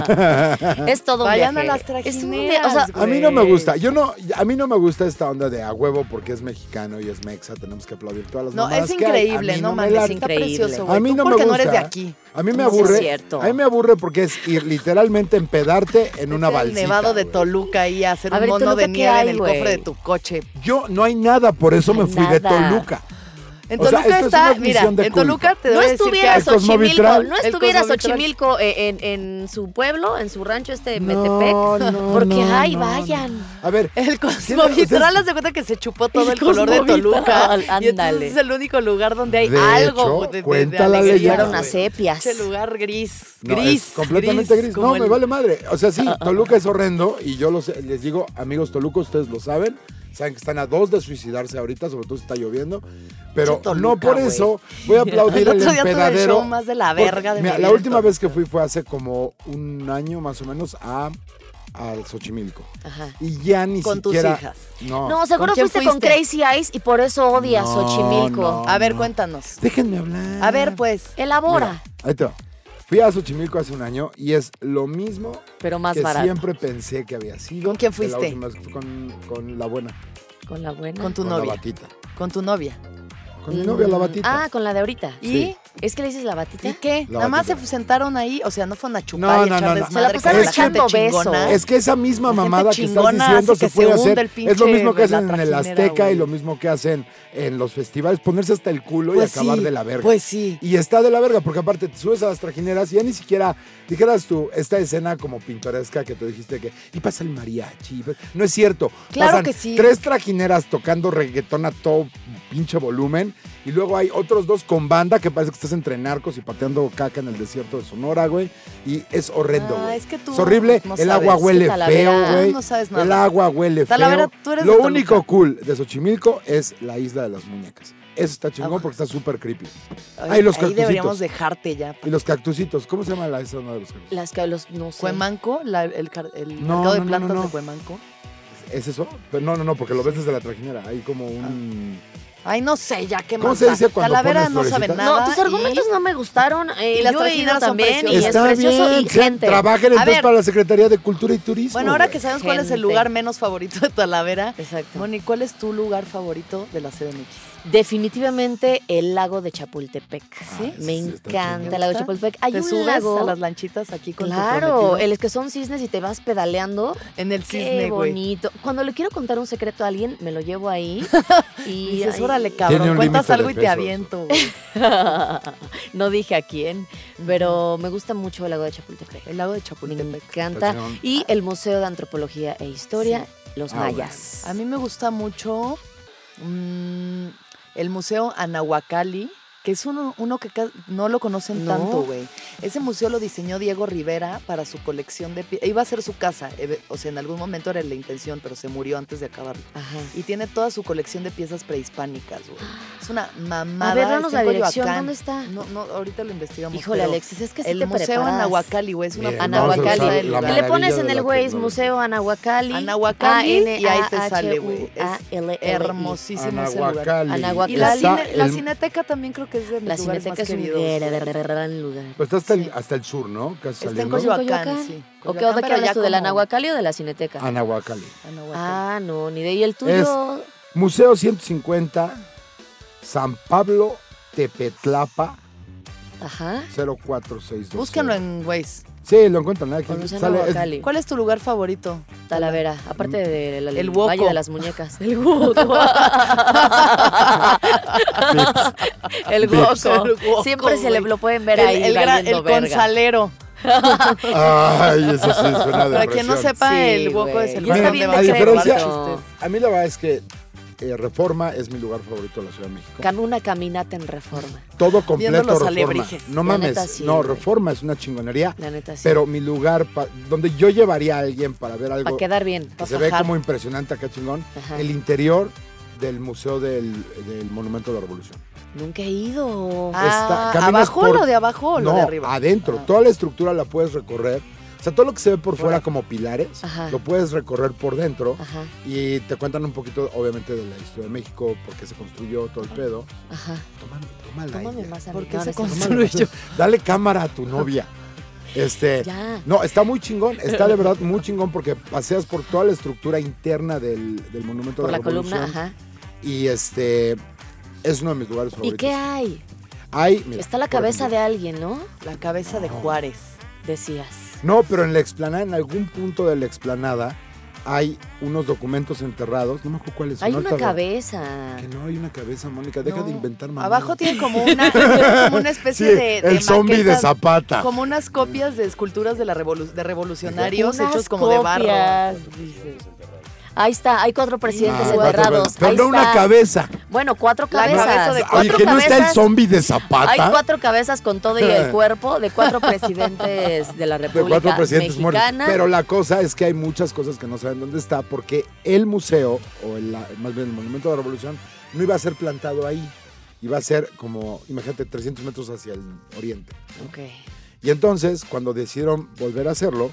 D: Es todo un
C: vayan a
D: viaje.
C: las
D: Es un vi-
C: trajineras,
D: o sea,
E: A mí no me
C: güey.
E: gusta. Yo no, a mí no me gusta esta onda de a huevo porque es mexicano y es mexa, tenemos que aplaudir todas las
C: No,
E: mamadas
C: es
E: que hay. A
C: increíble,
E: mí
C: no
E: me
C: mames,
E: late.
C: está
D: increíble.
C: precioso, güey.
E: A mí
C: Tú
E: no me
C: porque
E: gusta.
C: no eres de aquí.
E: A mí me
D: No, sí
E: aburre.
D: es cierto.
E: A mí me aburre porque es ir literalmente empedarte en una
C: Vete al
E: balsita.
C: Nevado de
E: güey.
C: Toluca y hacer
D: A
C: un
D: ver,
C: mono
D: ¿Toluca
C: de
D: qué
C: nieve
D: hay,
C: en el
D: güey?
C: cofre de tu coche.
E: Yo no hay nada, por eso
D: No
E: me
D: hay
E: fui de
D: nada.
E: Toluca.
C: En
E: O sea,
C: Toluca
E: esto es
C: está,
E: una
C: mira,
E: admisión de
C: en Toluca
E: culto.
C: te
D: No
C: voy a decir que
D: estuviera
C: hay-
E: El
D: Xochimilco,
E: Cosmovitral.
D: no
C: El
D: estuviera
C: Cosmovitral.
D: Xochimilco eh, en, en su pueblo, en su rancho este
E: No,
D: Metepec,
E: no,
D: porque
E: no,
D: ay,
E: no,
D: vayan.
E: no. A ver,
C: El
E: ustedes-
C: Cosmovitral, haz de cuenta que se chupó todo el,
D: El
C: color de Toluca.
D: Cosmovitral,
C: Y entonces
D: ándale.
C: es el único lugar donde hay
E: De
C: algo
E: hecho,
C: de, de, de
E: cuenta la
C: alegría,
E: leyenda,
D: Fueron
C: güey.
D: a sepias.
C: Ese lugar gris,
E: no,
C: gris.
E: es completamente gris.
C: como
E: No, me
C: el-
E: vale madre. O sea, sí, Toluca es horrendo y yo lo sé, les digo, amigos Toluca, ustedes lo saben. Saben que están a dos de suicidarse ahorita, sobre todo si está lloviendo. Pero
C: Che, Toluca,
E: no por
C: güey.
E: eso voy a aplaudir
C: El
E: el
C: otro día tuve el
E: empedadero.
C: show más de la
E: Porque,
C: verga de
E: mira,
C: mi
E: la
C: vida
E: última
C: en
E: vez que fui fue hace como un año más o menos a al Xochimilco.
D: Ajá.
E: Y ya ni
C: Con tus
E: siquiera.
C: hijas.
E: No.
D: No, seguro
C: ¿Con quién
D: fuiste con
C: fuiste?
D: Crazy Eyes y por eso odias
E: No,
D: Xochimilco.
E: no.
C: A ver, cuéntanos.
E: Déjenme hablar.
C: A ver, pues.
D: Elabora,
E: Mira, ahí te va. Fui a Xochimilco hace un año y es lo mismo
D: pero más
E: que
D: barato.
E: siempre pensé que había sido.
C: ¿Con quién
E: de
C: fuiste?
E: La última vez que fui con, con la buena.
D: Con la buena.
C: Con tu
E: con
C: novia.
E: la batita.
C: Con tu novia.
E: Con mi novia, la batita.
D: Ah, con la de ahorita.
C: ¿Y?
E: Sí.
D: ¿Es que le dices la batita?
C: ¿Y qué?
E: La
C: Nada más se
E: batita.
C: sentaron ahí, o sea, no fueron a chupar
E: No,
C: y
E: no,
C: echar
E: no, no.
C: desmadre
D: Se la
C: como
D: pasaron
C: la
D: echando
C: gente chingona.
D: besos.
E: Es que esa misma
C: La gente
E: mamada que estás
C: chingona
E: diciendo
C: hace
E: se
C: que
E: puede
C: se hunde
E: hacer.
C: el pinche
E: Es lo mismo que
C: de la
E: hacen en el
C: trajinera,
E: Azteca y
C: güey.
E: lo mismo que hacen en los festivales, ponerse hasta el culo
C: Pues
E: y acabar
C: sí,
E: de la verga.
C: Pues sí.
E: Y está de la verga, porque aparte te subes a las trajineras y ya ni siquiera dijeras tú, esta escena como pintoresca que tú dijiste que, y pasa el mariachi. No es cierto.
C: Claro
E: Pasan
C: que sí.
E: tres trajineras tocando reggaetón a todo pinche volumen y luego hay otros dos con banda que parece que estás entre narcos y pateando caca en el desierto de Sonora, güey. Y es horrendo,
C: Ah,
E: güey.
C: es que tú
E: es horrible.
C: no
E: el
C: sabes.
E: agua huele
D: Es que Talavera-
E: feo, güey.
C: No sabes nada.
E: El agua huele
C: Talavera,
E: feo.
C: tú eres
E: Lo
C: de Toluca.
E: único cool de Xochimilco es la isla de las muñecas. Eso está chingón
C: Ah.
E: porque está súper creepy.
C: Ay,
E: Ay, los
C: ahí
E: cactusitos.
C: deberíamos dejarte ya.
E: Y los cactusitos, ¿cómo se llama la isla de los cactusitos?
D: Las que los, no sé.
C: Cuemanco, la- el, car- el
E: No,
C: mercado de
E: no, no,
C: plantas
E: no, no.
C: de Cuemanco.
E: ¿Es eso? Pero no, no, no, porque lo ves desde la trajinera. Hay como un...
C: Ay, no sé, ya qué más.
E: ¿Cómo se dice cuando
C: Talavera
E: pones
C: no sabe
E: florecita?
C: nada.
D: No, tus argumentos
C: y-
D: no me gustaron. Eh,
C: y las
D: yo he ido
C: trajineras son
D: también y
C: preciosas.
D: es
E: Está
D: precioso
E: bien,
D: y gente.
E: trabajen
C: A
E: entonces
C: ver.
E: para la Secretaría de Cultura y Turismo.
C: Bueno, ahora
E: güey.
C: que sabemos cuál es el
D: Gente.
C: lugar menos favorito de Talavera,
D: Exacto.
C: Moni, ¿cuál es tu lugar favorito de la C D M X?
D: Definitivamente el lago de Chapultepec.
C: ¿Sí?
D: Me
E: sí, está
D: encanta
C: ¿Te
D: el lago de
C: gusta?
D: Chapultepec. Hay
C: ¿Te
D: un
C: subes
D: lago.
C: a las lanchitas aquí con tu
D: Claro,
C: prometido?
D: el que son cisnes y te vas pedaleando.
C: En el
D: Qué
C: cisne, güey.
D: bonito. Cuando le quiero contar un secreto a alguien, me lo llevo ahí.
C: Y
D: y
C: dices,
D: ay,
C: órale,
E: Tiene
C: cabrón,
E: un
C: cuentas
E: límite de
C: algo y te
E: pesos.
C: aviento, güey.
D: no dije a quién, pero me gusta mucho el lago de Chapultepec.
C: El lago de
D: Me
C: Chapultepec.
D: encanta.
E: Está chingón.
D: Y el Museo de Antropología e Historia, los
E: Ah,
D: mayas.
C: A mí me gusta mucho mm, el Museo Anahuacalli, que es uno, uno que ca- no lo conocen
D: No.
C: tanto, güey. Ese museo lo diseñó Diego Rivera para su colección de... pie- Iba a ser su casa, eh, o sea, en algún momento era la intención, pero se murió antes de acabarlo.
D: Ajá.
C: Y tiene toda su colección de piezas prehispánicas, güey. Es una mamada.
D: A ver, danos
C: está
D: la
C: en
D: dirección,
C: Coyoacán.
D: ¿dónde está?
C: No, no, ahorita lo investigamos.
D: Híjole,
C: pero
D: Alexis, es que sí
C: el
D: te
C: Museo
D: preparas.
C: Anahuacalli, güey, es una
E: Miren,
C: puta
E: vamos a
C: mamada
E: usar
C: del
E: la
C: lugar.
D: Y le pones
E: maravilla
D: en
E: de
D: el
E: la
D: Waze
E: tecnología.
D: Museo Anahuacalli.
C: Anahuacalli, y ahí te sale, güey. Es
D: A-N-A-H-U-A-L-L-I.
C: hermosísimo ese lugar.
E: Anahuacalli.
D: Anahuacalli.
C: Y la,
E: Está
C: cine- la
E: el-
C: Cineteca también creo que es de mis
D: La
C: lugares
D: Cineteca
C: más
D: es un
C: queridos.
D: gran lugar.
E: Pues está hasta,
C: Sí.
E: el, hasta el sur, ¿no? Casi
C: Está en
E: saliendo.
C: Coyoacán,
D: ¿Coyoacán?
C: sí.
D: ¿O qué,
C: Coyoacán,
D: ¿De qué
C: pero
D: hablas
C: ya
D: tú? ¿De la
C: como
D: Anahuacalli o de la Cineteca?
E: Anahuacalli.
C: Anahuacalli.
D: Ah, no, ni de ahí el tuyo.
E: Museo ciento cincuenta, San Pablo, Tepetlapa,
D: Ajá.
E: cero cuatro seis dos.
C: Búsquenlo en Waze.
E: Sí, lo encuentran. Aquí
D: Con Museo
E: sale, es-
D: Anahuacalli.
C: ¿Cuál es tu lugar favorito?
D: Talavera, aparte del
C: El
D: el
C: Woco.
D: Valle de las Muñecas. El Woco. el Woco.
C: El Woco,
D: Siempre se le
C: güey.
D: lo pueden ver
C: El,
D: ahí
C: el, gra-
D: valiendo
C: el
D: verga.
C: Consalero.
E: Ay, eso sí suena de
C: Para quien no sepa,
D: Sí,
C: el Woco
D: güey.
C: es el
D: Y
C: lugar
D: está
C: donde
D: bien
C: va
E: a
C: a
E: diferencia,
C: chistes.
E: a mí la verdad es que eh, Reforma es mi lugar favorito de la Ciudad de México.
D: Can una caminata en Reforma.
E: Todo completo
C: Viendo los
E: Reforma.
C: alebrijes.
E: No
D: La
E: mames,
D: neta sí,
E: no,
D: güey.
E: Reforma es una chingonería.
D: La neta sí.
E: Pero mi lugar pa- donde yo llevaría a alguien para ver algo
D: Para quedar bien.
E: que
C: pa'
E: se ve
C: fajar.
E: como impresionante acá chingón,
D: Ajá.
E: el interior del Museo del, del Monumento de la Revolución.
D: Nunca he ido.
C: Ah,
E: caminas
C: ¿abajo
E: por-
C: lo de abajo o lo
E: no,
C: de arriba?
E: adentro.
C: Ah.
E: Toda la estructura la puedes recorrer. O sea, todo lo que se ve por fuera
C: Fuera.
E: como pilares,
D: Ajá.
E: lo puedes recorrer por dentro.
D: Ajá,
E: Y te cuentan un poquito, obviamente, de la historia de México, por qué se construyó todo el pedo.
D: ajá.
E: Toma, toma la
D: Tómame
E: idea.
D: más a
C: ¿Por
D: mí.
C: qué
D: No,
C: se
D: no es cierto.
E: Tómala,
C: construyó?
E: Dale cámara a tu novia. Este,
D: Ya.
E: no, está muy chingón, está de verdad muy chingón porque paseas por toda la estructura interna del, del Monumento
D: Por
E: de la,
D: la columna,
E: Revolución.
D: ajá.
E: Y este, es uno de mis lugares
D: ¿Y
E: favoritos.
D: qué hay?
E: Hay, mira,
D: Está la
E: por
D: cabeza
E: ejemplo,
D: de alguien, ¿no?
C: La cabeza de Juárez.
D: Decías.
E: No, pero en la explanada, en algún punto de la explanada, hay unos documentos enterrados. No me acuerdo cuáles son.
D: Hay una
E: ahorita-
D: cabeza.
E: Que no hay una cabeza, Mónica. Deja
C: No.
E: de inventar mamadas.
C: Abajo tiene como una, como una especie
E: Sí,
C: de, de
E: el zombie de
C: maquetas,
E: Zapata.
C: como unas copias de esculturas de, la revolu- de revolucionarios
D: Unas
C: hechos como de barro.
D: copias, dices. Ahí está, hay cuatro presidentes
E: Ah, cuatro
D: enterrados.
E: veces. Pero
D: Ahí
E: no una
D: está.
E: cabeza.
D: Bueno, cuatro
C: La
D: cabezas.
C: cabeza de
E: Oye,
D: cuatro
E: que no está el
D: cabezas.
E: zombie de Zapata.
D: Hay cuatro cabezas con todo y el cuerpo de cuatro presidentes de la
E: de
D: República
E: cuatro presidentes muertos.
D: Mexicana.
E: Pero la cosa es que hay muchas cosas que no saben dónde está porque el museo, o el, más bien el Monumento de la Revolución, no iba a ser plantado ahí. Iba a ser como, imagínate, trescientos metros hacia el oriente.
D: Ok.
E: Y entonces, cuando decidieron volver a hacerlo,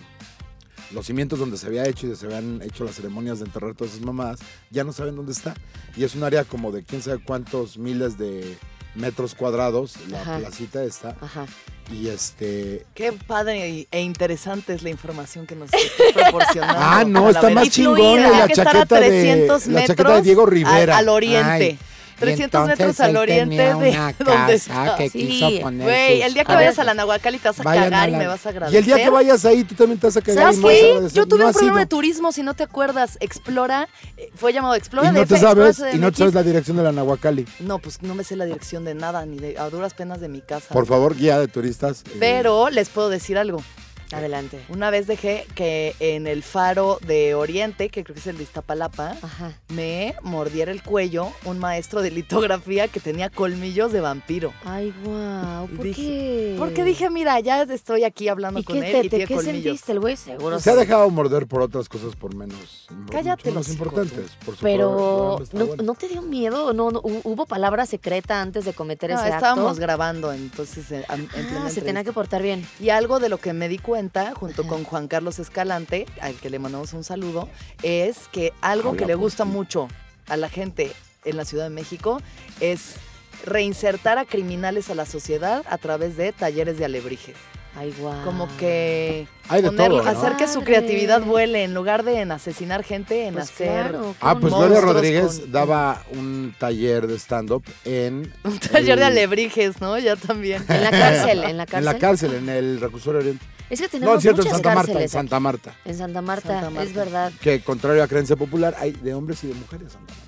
E: los cimientos donde se había hecho y se habían hecho las ceremonias de enterrar todas esas mamadas, ya no saben dónde está. Y es un área como de quién sabe cuántos miles de metros cuadrados, la
D: Ajá.
E: placita está.
D: Ajá.
E: Y este...
C: Qué padre y- e interesante es la información que nos estás proporcionando.
E: Ah, no, está
C: Talavera.
E: más
C: Y
E: chingón
C: fluida.
E: la
C: Hay que estar a
E: chaqueta de-
C: trescientos
E: la chaqueta de
C: metros
E: Diego Rivera.
C: Al, al oriente.
E: Ay,
C: trescientos metros al oriente de donde está.
E: que
D: Sí,
E: quiso poner
C: Güey,
E: sus-
C: el día que
E: A
C: vayas
E: ver,
C: a la Nahuacalli te vas a
E: vayan
C: cagar
E: a
C: y
E: la-
C: me vas a
E: Y
C: agradecer.
E: el día que vayas ahí, tú también te vas a cagar
C: ¿Sabes
E: y me vas a
C: qué?
E: agradecer.
C: Yo tuve
E: No
C: un
E: has
C: programa
E: ido.
C: de turismo, si no te acuerdas. Explora, eh, fue llamado Explora
E: Y no
C: D F,
E: te sabes,
C: Explora
E: y no te sabes
C: C D M X.
E: la dirección de la Nahuacalli.
C: No, pues no me sé la dirección de nada, ni de, a duras penas de mi casa.
E: Por favor, guía de turistas. eh,
C: Pero les puedo decir algo.
D: Adelante.
C: Una vez dejé que en el faro de Oriente, que creo que es el de Iztapalapa,
D: Ajá.
C: me mordiera el cuello un maestro de litografía que tenía colmillos de vampiro.
D: Ay, guau.
C: Y
D: ¿Por
C: dije-
D: qué?
C: Porque dije, mira, ya estoy aquí hablando
D: ¿Y
C: con
D: qué,
C: él
D: te,
C: y
D: te-
C: tiene
D: qué
C: colmillos.
D: sentiste el güey? Seguro.
E: Se ha
D: sí.
E: dejado morder por otras cosas por menos,
C: Cállate
E: mucho menos
C: los hocico,
E: importantes. Por su
D: Pero,
E: programa está
D: ¿no,
E: bueno.
D: ¿no te dio miedo? ¿No, no, hu- ¿Hubo palabra secreta antes de cometer
C: No,
D: ese
C: estábamos
D: acto?
C: grabando, entonces en, en plena
D: Ah, se tenía
C: entrevista.
D: que portar bien.
C: Y algo de lo que me di cuenta, junto
D: Ajá.
C: con Juan Carlos Escalante, al que le mandamos un saludo, es que algo
E: Habla
C: que le
E: por
C: gusta
E: ti.
C: mucho a la gente en la Ciudad de México es reinsertar a criminales a la sociedad a través de talleres de alebrijes.
D: Ay, guau.
C: Como que
E: Hay de
C: poner-
E: todo, ¿no?
C: hacer que su
D: Padre.
C: creatividad vuele en lugar de en asesinar gente, en
D: Pues
C: hacer
D: claro, qué
E: Ah, pues
D: bonito.
E: Gloria
C: monstruos
E: Rodríguez
C: con-
E: daba un taller de stand-up en...
C: un taller de
E: el-
C: alebrijes, ¿no? Ya también.
D: En la cárcel, en la cárcel.
E: En la cárcel, en el Reclusorio Oriente.
D: Es que
E: No,
D: tenemos
E: es cierto, en
D: muchas
E: Santa Marta, en
D: cárceles
E: Santa
D: aquí.
E: Marta.
D: En Santa Marta,
C: Santa Marta.
D: es verdad.
E: Que contrario a creencia popular, hay de hombres y de mujeres en Santa Marta.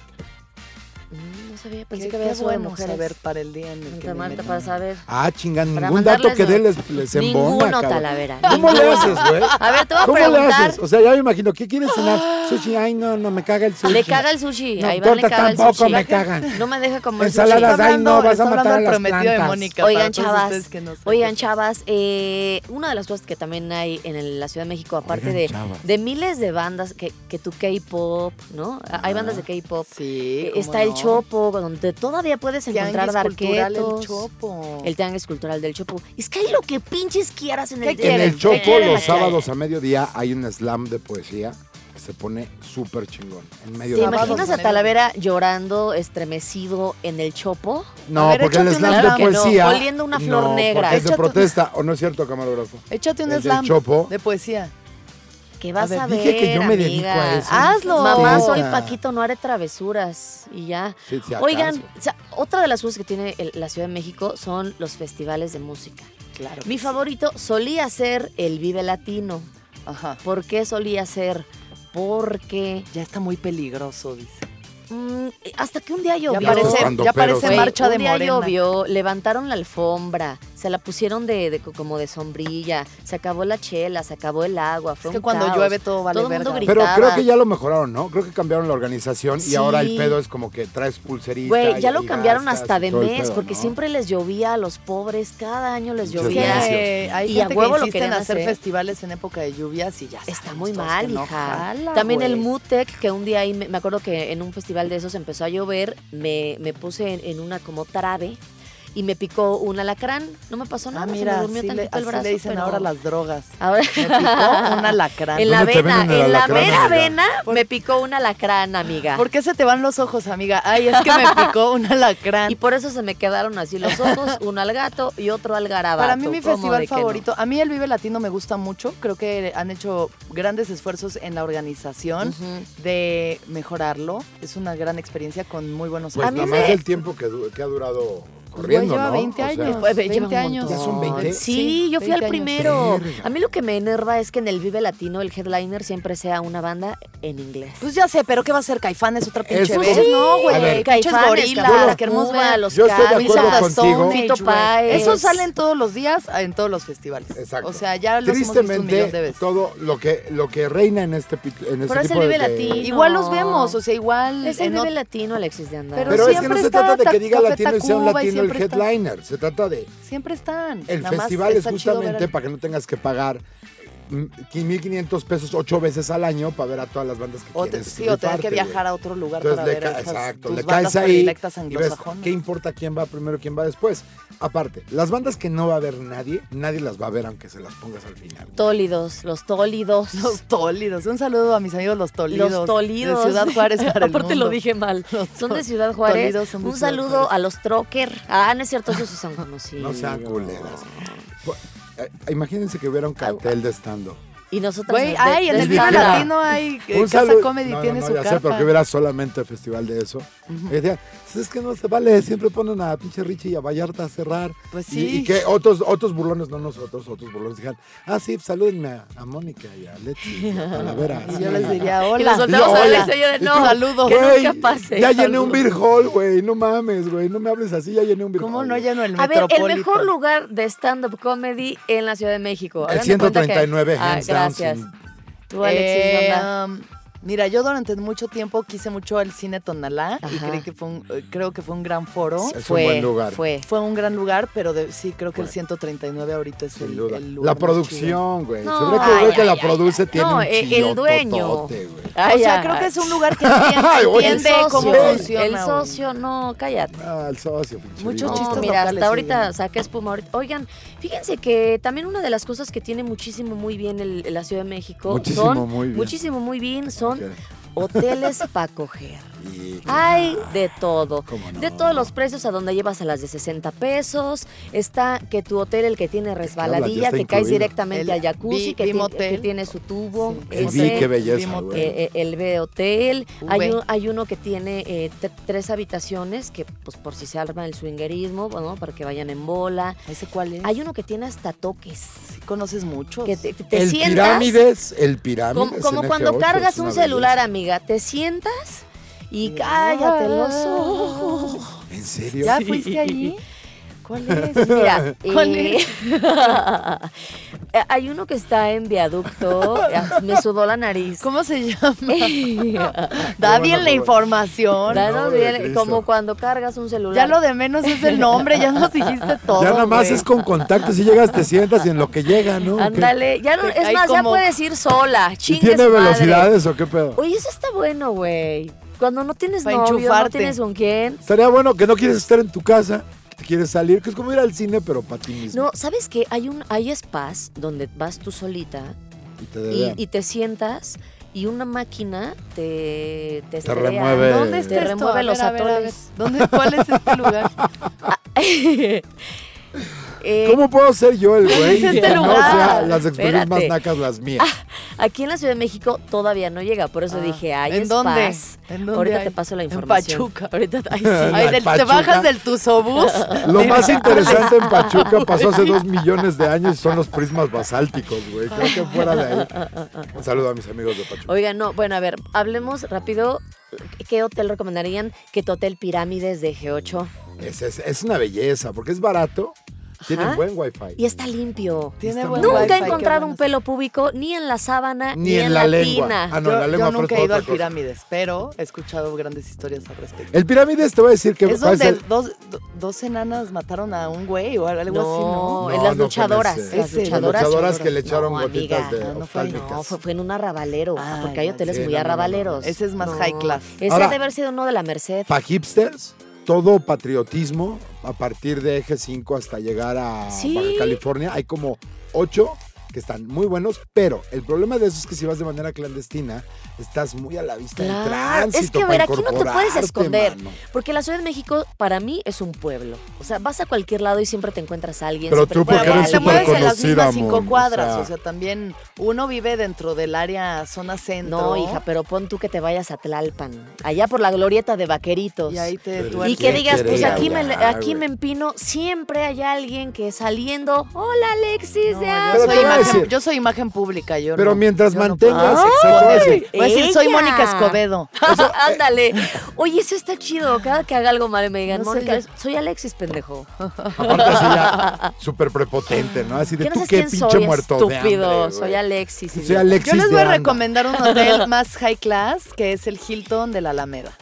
D: Mm, No sabía, pensé
C: Qué,
D: que había
C: qué
D: solo de
C: bueno
D: mujeres.
C: saber para el día en el que
D: Santa
C: me
D: Marta,
C: meto.
D: para saber.
E: Ah, chingan,
D: Para
E: ningún dato
D: mandarles
E: que dé
D: no-
E: les, les embona,
D: Ninguno,
E: cabrón.
D: Talavera.
E: ¿Cómo le
D: ninguno.
E: haces, güey?
D: A ver, te voy a
E: ¿Cómo le
D: preguntar.
E: haces? O sea, ya me imagino, ¿qué quieres cenar? Sushi, ay, no, no, me caga el sushi.
D: Le caga el sushi.
E: No,
D: Ahí va, le
E: tortas
D: caga el
E: tampoco
D: sushi.
E: me cagan.
D: No me deja comer
E: Ensaladas,
D: sushi.
C: Está
E: ay, no,
C: hablando-
E: vas
C: está
E: a matar
C: hablando
E: a
C: el
E: las
C: prometido de
E: plantas.
C: Mónica.
D: Oigan,
C: para todos
D: chavas,
C: ustedes que no sepan.
D: oigan, chavas, eh, una de las cosas que también hay en el- la Ciudad de México, aparte
E: Oigan,
D: de,
E: chavas.
D: de miles de bandas, que, que tu K-pop, ¿no? Hay bandas de K-pop.
C: Sí,
D: Eh,
C: cómo
D: Está el
C: no.
D: Chopo, donde todavía puedes encontrar
C: Tianguis cultural,
D: darquetos.
C: el Chopo.
D: El Tianguis Cultural del Chopo. Es que hay lo que pinches quieras en
C: ¿Qué
D: el
C: quieren?
E: En el
C: ¿Qué
E: Chopo,
C: quieren
E: los
C: aquí?
E: sábados a mediodía, hay un slam de poesía que se pone súper chingón. En medio
D: ¿Te
E: de
C: Sábados
D: imaginas
C: a
D: a Talavera llorando, estremecido en el Chopo?
E: No,
C: A ver,
E: porque el
C: échate
E: slam
C: una
E: de
C: slam.
D: Que no,
E: poesía...
D: oliendo una flor
E: no,
D: negra.
E: porque es de
C: Échate-
E: protesta, ¿o no es cierto, camarógrafo?
C: Échate un
E: El del
C: slam
E: Chopo.
C: de poesía.
D: ¿Qué vas
C: A ver,
D: a ver,
E: dije que yo me
D: amiga?
E: dedico a eso.
C: Hazlo.
D: Mamá,
E: Neta.
D: soy Paquito, no haré travesuras. Y ya.
E: Sí, si acaso.
D: Oigan, o sea, otra de las cosas que tiene el- la Ciudad de México son los festivales de música.
C: Claro.
D: Mi favorito solía ser el Vive Latino.
C: Ajá.
D: ¿Por qué solía ser? Porque
C: Ya está muy peligroso, dice.
D: mm, hasta que un día llovió.
C: Ya parece,
E: Cuando
C: ya
E: pero-
C: parece
D: Güey,
C: marcha de
D: un día
C: Morena.
D: llovió, levantaron la alfombra, se la pusieron de, de co- como de sombrilla, se acabó la chela, se acabó el agua. Fue
C: Es que
D: un
C: cuando
D: caos.
C: llueve todo vale
D: Todo el mundo
C: verga.
D: gritaba.
E: Pero creo que ya lo mejoraron, ¿no? Creo que cambiaron la organización y
D: Sí.
E: ahora el pedo es como que traes pulserita.
D: Güey, ya
E: y-
D: lo
E: y
D: cambiaron
E: gastas
D: hasta
E: y
D: de
E: todo el
D: mes,
E: pedo,
D: porque
E: ¿no?
D: siempre les llovía a los pobres, cada año les
E: Muchas
D: llovía.
E: gracias.
C: Que hay
D: Y a
C: gente
D: huevo
C: que
D: lo
C: insiste en
D: querían
C: hacer
D: hacer.
C: festivales en época de lluvias y ya
D: Está
C: sabemos
D: muy
C: todos
D: mal,
C: que no
D: hija.
C: jala,
D: También el
C: güey.
D: Mutec, que un día ahí, me, me acuerdo que en un festival de esos empezó a llover, me, me puse en, en una como trave y me picó un alacrán. No me pasó nada,
C: Ah,
D: se
C: mira,
D: me durmió
C: así, le,
D: tantito el
C: así
D: brazo.
C: le dicen
D: pero-
C: ahora las drogas.
D: Ahora-
C: Me picó un alacrán.
D: En la
E: ¿Dónde te
D: vena,
E: venden el
D: en la
E: alacrán,
D: mera
E: amiga?
D: vena me picó un alacrán, amiga.
C: ¿Por qué se te van los ojos, amiga? Ay, es que me picó un alacrán.
D: Y por eso se me quedaron así los ojos, uno al gato y otro al garabato.
C: Para mí mi
D: ¿Cómo
C: festival
D: de que no?
C: favorito, a mí el Vive Latino me gusta mucho, creo que han hecho grandes esfuerzos en la organización
D: Ujú.
C: de mejorarlo, es una gran experiencia con muy buenos
E: Pues
D: A mí
E: nada
D: me-
E: más el tiempo que, du- que ha durado
C: Pues,
E: corriendo,
C: güey, lleva
E: ¿no?
C: veinte
E: O sea,
C: años.
D: Pues, lleva
C: veinte
D: un
C: años.
E: ¿Ya son
D: montón.
E: veinte?
D: Sí,
C: Sí,
D: yo fui al
C: veinte años.
D: primero.
E: Verga.
D: A mí lo que me enerva es que en el Vive Latino el headliner siempre sea una banda en inglés.
C: Pues ya sé, pero ¿qué va a ser Caifanes otra pinche
E: Eso
C: vez?
E: sí.
C: No,
E: A
C: güey,
E: ver.
C: pinches
D: Caifanes,
C: gorilas,
D: Café
C: queremos
D: Tacuba,
C: ver.
D: los
E: Yo estoy de
D: Cadillacs,
E: acuerdo
C: Queens of the
E: contigo.
C: Stone
D: Fito
C: Age, güey.
D: Páez.
C: Esos salen todos los días en todos los festivales.
E: Exacto.
C: O sea, ya los hemos visto un millón de
E: Tristemente,
C: veces.
E: todo lo que, lo que reina en este, pi- en este
D: Pero es
E: tipo
D: el
E: de...
D: Vive
E: de-
D: Latino.
C: Igual los vemos, o sea, igual
D: Es el
C: en
D: Vive
C: ot-
D: Latino, Alexis de Anda.
C: Pero
E: Pero es que no
C: siempre
E: se
C: está
E: trata de que
C: Ta-
E: diga
C: Café
E: latino y sea un
C: Tacuba y
E: latino el
C: siempre está-
E: headliner. Se trata de...
C: siempre están.
E: El
C: Nada más
E: festival es
C: está chido ver
E: justamente
C: al-
E: para que no tengas que pagar mm, mil quinientos pesos ocho veces al año para ver a todas las bandas que
C: O te-
E: quieres
C: sí, o tener que
E: rifarte,
C: viajar
E: güey.
C: a otro lugar
E: Entonces
C: para
E: le
C: ver
E: ca-
C: esas,
E: exacto,
C: tus
E: le
C: bandas
E: caes ahí
C: predilectas
E: y ves
C: anglosajonas.
E: qué importa quién va primero, quién va después. Aparte, las bandas que no va a ver nadie, nadie las va a ver aunque se las pongas al final.
D: Tólidos, los tólidos.
C: Los tólidos. Un saludo a mis amigos los tólidos.
D: Los tólidos.
C: De Ciudad Juárez para el
D: Aparte
C: mundo.
D: lo dije mal.
C: Los
D: Son de
C: tó-
D: Ciudad Juárez.
C: tólidos son de
D: Un
C: Ciudad
D: saludo
C: Juárez.
D: a los trocker. Ah, no es cierto, esos sí son conocidos.
E: No sean culeras. Bu- eh, Imagínense que hubiera un cartel de stand-up.
D: Y nosotros.
C: Güey,
D: de-
C: ay, en
D: de
C: el Vive
D: stand-up.
C: Latino hay eh,
E: Un
C: Casa
E: saludo-
C: Comedy,
E: no, no,
C: tiene
E: no,
C: su
E: ya sé,
C: carpa.
E: pero que hubiera solamente festival de eso. Y decían, "Pues es que no se vale, siempre ponen a pinche Richie y a Vallarta a cerrar.
C: Pues
E: Y-
C: sí.
E: Y, que otros, otros burlones, no nosotros, otros burlones dijeron, ah, sí, salúdenme a, a Mónica y a Leti, y a Talavera.
C: Y
E: sí".
C: yo les diría,
D: Y
C: hola.
D: nos soltamos
E: Hola.
D: a Alex y yo de,
E: Y
D: no,
E: tú,
C: saludos.
D: que
E: Güey,
D: nunca pase.
E: Ya llené un
D: saludos.
E: beer hall, güey, no mames, güey, no me hables así, ya llené un beer
C: ¿Cómo
E: hall.
C: no lleno el
D: A ver, el
C: Metropolitan?
D: mejor lugar de stand-up comedy en la Ciudad de México.
E: El
D: Hagan de cuenta que-
E: ciento treinta y nueve,
D: Ah,
E: hands down,
D: gracias.
E: sin-
D: Tú, Alexis,
C: Eh,
D: ¿dónde?
C: um, mira, yo durante mucho tiempo quise mucho el cine Tonalá y
D: Ajá.
C: creí que fue un, eh, creo que fue un gran foro.
E: Es
D: fue,
E: un buen lugar.
D: Fue.
C: Fue un gran lugar, pero de- sí, creo que el
E: Fue.
C: ciento treinta y nueve ahorita es
E: sin
C: el,
E: duda.
C: el lugar
E: La
C: más chido.
E: producción, güey.
D: No,
E: Se ve que
D: ay,
E: el güey que
D: ay,
E: la
D: ay,
E: produce
D: ay.
E: tiene
D: No,
E: un
D: el- el dueño.
E: chillototote, güey.
D: Ay,
C: O sea,
D: ay,
C: creo que
D: ay.
C: es un lugar que entiende,
E: Ay, oye,
C: entiende
D: el socio,
C: cómo funciona.
D: el
C: güey.
D: socio, no, cállate.
E: Ah, el socio, pinche
C: Mucho
E: bigote.
D: No,
C: chistes
D: mira,
C: locales,
D: hasta ahorita
C: oigan.
D: saqué espuma ahorita. Oigan, fíjense que también una de las cosas que tiene muchísimo muy bien el- la Ciudad de México
E: Muchísimo
D: son
E: muy bien.
D: muchísimo muy bien son
E: Ok.
D: hoteles para coger.
E: Sí.
D: Hay de todo.
E: ¿Cómo no?
D: De todos los precios, a donde llevas a las de sesenta pesos. Está que tu hotel, el que tiene
E: hablas? Ya
D: resbaladilla,
E: está
D: que caes
E: incluido.
D: directamente
C: El
D: al jacuzzi,
C: Vi-
D: que,
C: Vi
D: ti-
C: Motel.
D: que tiene su tubo.
C: Sí.
E: El
D: ese,
E: vi, qué belleza,
C: Vimos-
E: güey.
D: eh, eh, el B Hotel.
C: V.
D: Hay, un- hay uno que tiene eh, t- tres habitaciones, que pues por si se arma el swingerismo, bueno, para que vayan en bola.
C: ¿Ese cuál es?
D: Hay uno que tiene hasta toques.
C: Sí conoces muchos.
D: Que te, te
E: el
D: sientas.
E: pirámides, el pirámides.
D: Como, como
E: en
D: cuando
E: F ocho
D: cargas
E: es
D: un
E: una
D: celular,
E: belleza.
D: amiga. Te sientas y cállate los ojos.
E: ¿En serio?
C: ¿Ya
D: Sí.
C: fuiste allí? ¿Cuál es?
D: Mira,
C: ¿Cuál
D: eh, hay uno que está en viaducto. Me sudó la nariz.
C: ¿Cómo se llama? Da
E: Qué
C: bien
E: bueno,
C: la
E: qué
C: información.
D: Danos
E: nombre de
D: bien,
E: Cristo.
D: como cuando cargas un celular.
C: Ya lo de menos es el nombre, ya nos dijiste todo.
E: Ya nada más
C: güey.
E: es con contacto. Si llegas, te sientas y en lo que llega, ¿no? ¿Qué?
D: Ándale, ya no, es
C: Hay
D: más, ya
C: como-
D: puedes ir sola.
E: ¿Y
D: Chingue
E: tiene
D: su madre.
E: velocidades o qué pedo?
D: Oye, eso está bueno, güey. Cuando no tienes
C: Pa'
D: novio, no
C: enchufarte.
D: tienes con quién.
E: Estaría bueno que no quieres estar en tu casa, que te quieres salir, que es como ir al cine, pero para ti mismo.
D: No, ¿sabes qué? Hay un hay spas donde vas tú solita
E: Y te
D: y,
E: debean.
D: y te sientas y una máquina te te,
E: Te
D: estrea.
E: remueve.
C: ¿Dónde
E: Te
C: está
D: Te
C: esto?
D: remueve
C: A ver,
D: los
C: a ver, a ver.
D: atoles.
C: ¿Dónde, ¿Cuál es este lugar?
D: Eh,
E: ¿Cómo puedo ser yo el güey?
C: es este
E: que no
C: lugar?
E: sea las experiencias más
D: Espérate.
E: nacas las mías.
D: Aquí en la Ciudad de México todavía no llega, por eso
C: Ah,
D: dije, hay
C: ¿en dónde?
D: spas.
C: ¿En dónde
D: Ahorita
C: hay?
D: te paso la
C: En
D: información.
C: Pachuca.
D: Ahorita, ay, sí.
C: Ay, del- te
E: Pachuca.
C: bajas del tusobús.
E: Lo más interesante en Pachuca pasó hace dos millones de años y son los prismas basálticos, güey. Creo que fuera de ahí. Un saludo a mis amigos de Pachuca.
D: Oigan, no, bueno, a ver, hablemos rápido. ¿Qué hotel recomendarían? ¿Qué hotel Pirámides de G ocho?
E: Es, es, es una belleza porque es barato, tiene
D: Ajá.
E: buen wifi.
D: Y está limpio.
C: Tiene
E: Está
C: buen
E: muy
D: Nunca
C: wifi,
D: he
C: qué
D: encontrado
C: bueno.
D: un pelo público ni en la sábana
E: Ni en la lengua.
D: tina.
E: Ah, no,
C: yo,
E: la lengua
C: yo
E: fue
C: nunca
E: para
C: he ido
E: otra
C: al
E: cosa.
C: Pirámides, pero he escuchado grandes historias al respecto.
E: El Pirámides te voy a decir que
C: Es
E: va a
C: donde
E: ser-
C: dos, do- dos enanas mataron a un güey o algo así, ¿no?
D: No, en
E: No,
D: las
E: no
D: luchadoras.
E: fue ese.
D: Las
C: Ese,
E: Las
D: luchadoras.
E: luchadoras que le echaron
D: No,
E: gotitas
D: amiga,
E: de
C: no, no fue ahí.
E: oftálmicas.
D: No, fue, fue en un arrabalero.
C: Ay,
D: porque hay
C: ya
D: hoteles
E: sé.
D: muy
E: Sí, no, no, no, no.
D: arrabaleros.
C: Ese es más
D: No.
C: high class.
D: Ese
E: Ahora-
D: ha de haber sido uno de la Merced.
E: Pa' hipsters, todo patriotismo, a partir de Eje cinco hasta llegar a
D: Sí.
E: Baja California, hay como ocho que están muy buenos, pero el problema de eso es que si vas de manera clandestina, estás muy a la vista del
D: Claro,
E: tránsito.
D: es que a
E: pa'
D: ver, aquí no te puedes
E: incorporarte,
D: esconder,
E: mano.
D: porque la Ciudad de México para mí es un pueblo. O sea, vas a cualquier lado y siempre te encuentras a alguien.
E: Pero
D: siempre
E: tú,
D: te
E: porque
C: Pero
E: eres
C: te
D: alguien.
E: súper
C: mueves en las
E: conocida,
C: mismas cinco
E: mon, o
C: cuadras,
E: sea.
C: o sea, también uno vive dentro del área zona centro.
D: No, hija, pero pon tú que te vayas a Tlalpan, allá por la glorieta de Vaqueritos.
C: Y ahí te
E: Pero-
C: tuerces.
D: Y que
E: ¿Qué
D: digas, pues
E: quería
D: aquí me,
E: ya,
D: aquí
E: güey?
D: me empino, siempre hay alguien que saliendo, hola Alexis
C: No,
D: de
C: yo,
E: Pero
C: soy
E: te voy a
C: imagen,
E: decir-
C: yo soy imagen pública, yo
E: Pero
C: no,
E: mientras
C: yo no
E: mantengas...
C: puedo.
E: exacto, voy a decir,
C: Voy a decir, soy
D: ¡Ella!
C: Mónica Escobedo.
D: Ándale. Oye, eso está chido. Cada que haga algo mal me digan,
C: No soy
D: Mónica,
C: yo.
D: soy Alexis, pendejo.
E: aparte así ya súper prepotente, ¿no? Así de
D: Yo no
E: tú
D: sé
E: qué
D: quién
E: pinche
D: soy,
E: muerto de
D: estúpido.
E: hambre,
D: soy
E: güey.
D: Alexis.
E: Soy
D: idiota.
E: Alexis
C: Yo les voy
E: de
C: a
E: Anda.
C: recomendar un hotel más high class, que es el Hilton de la Alameda.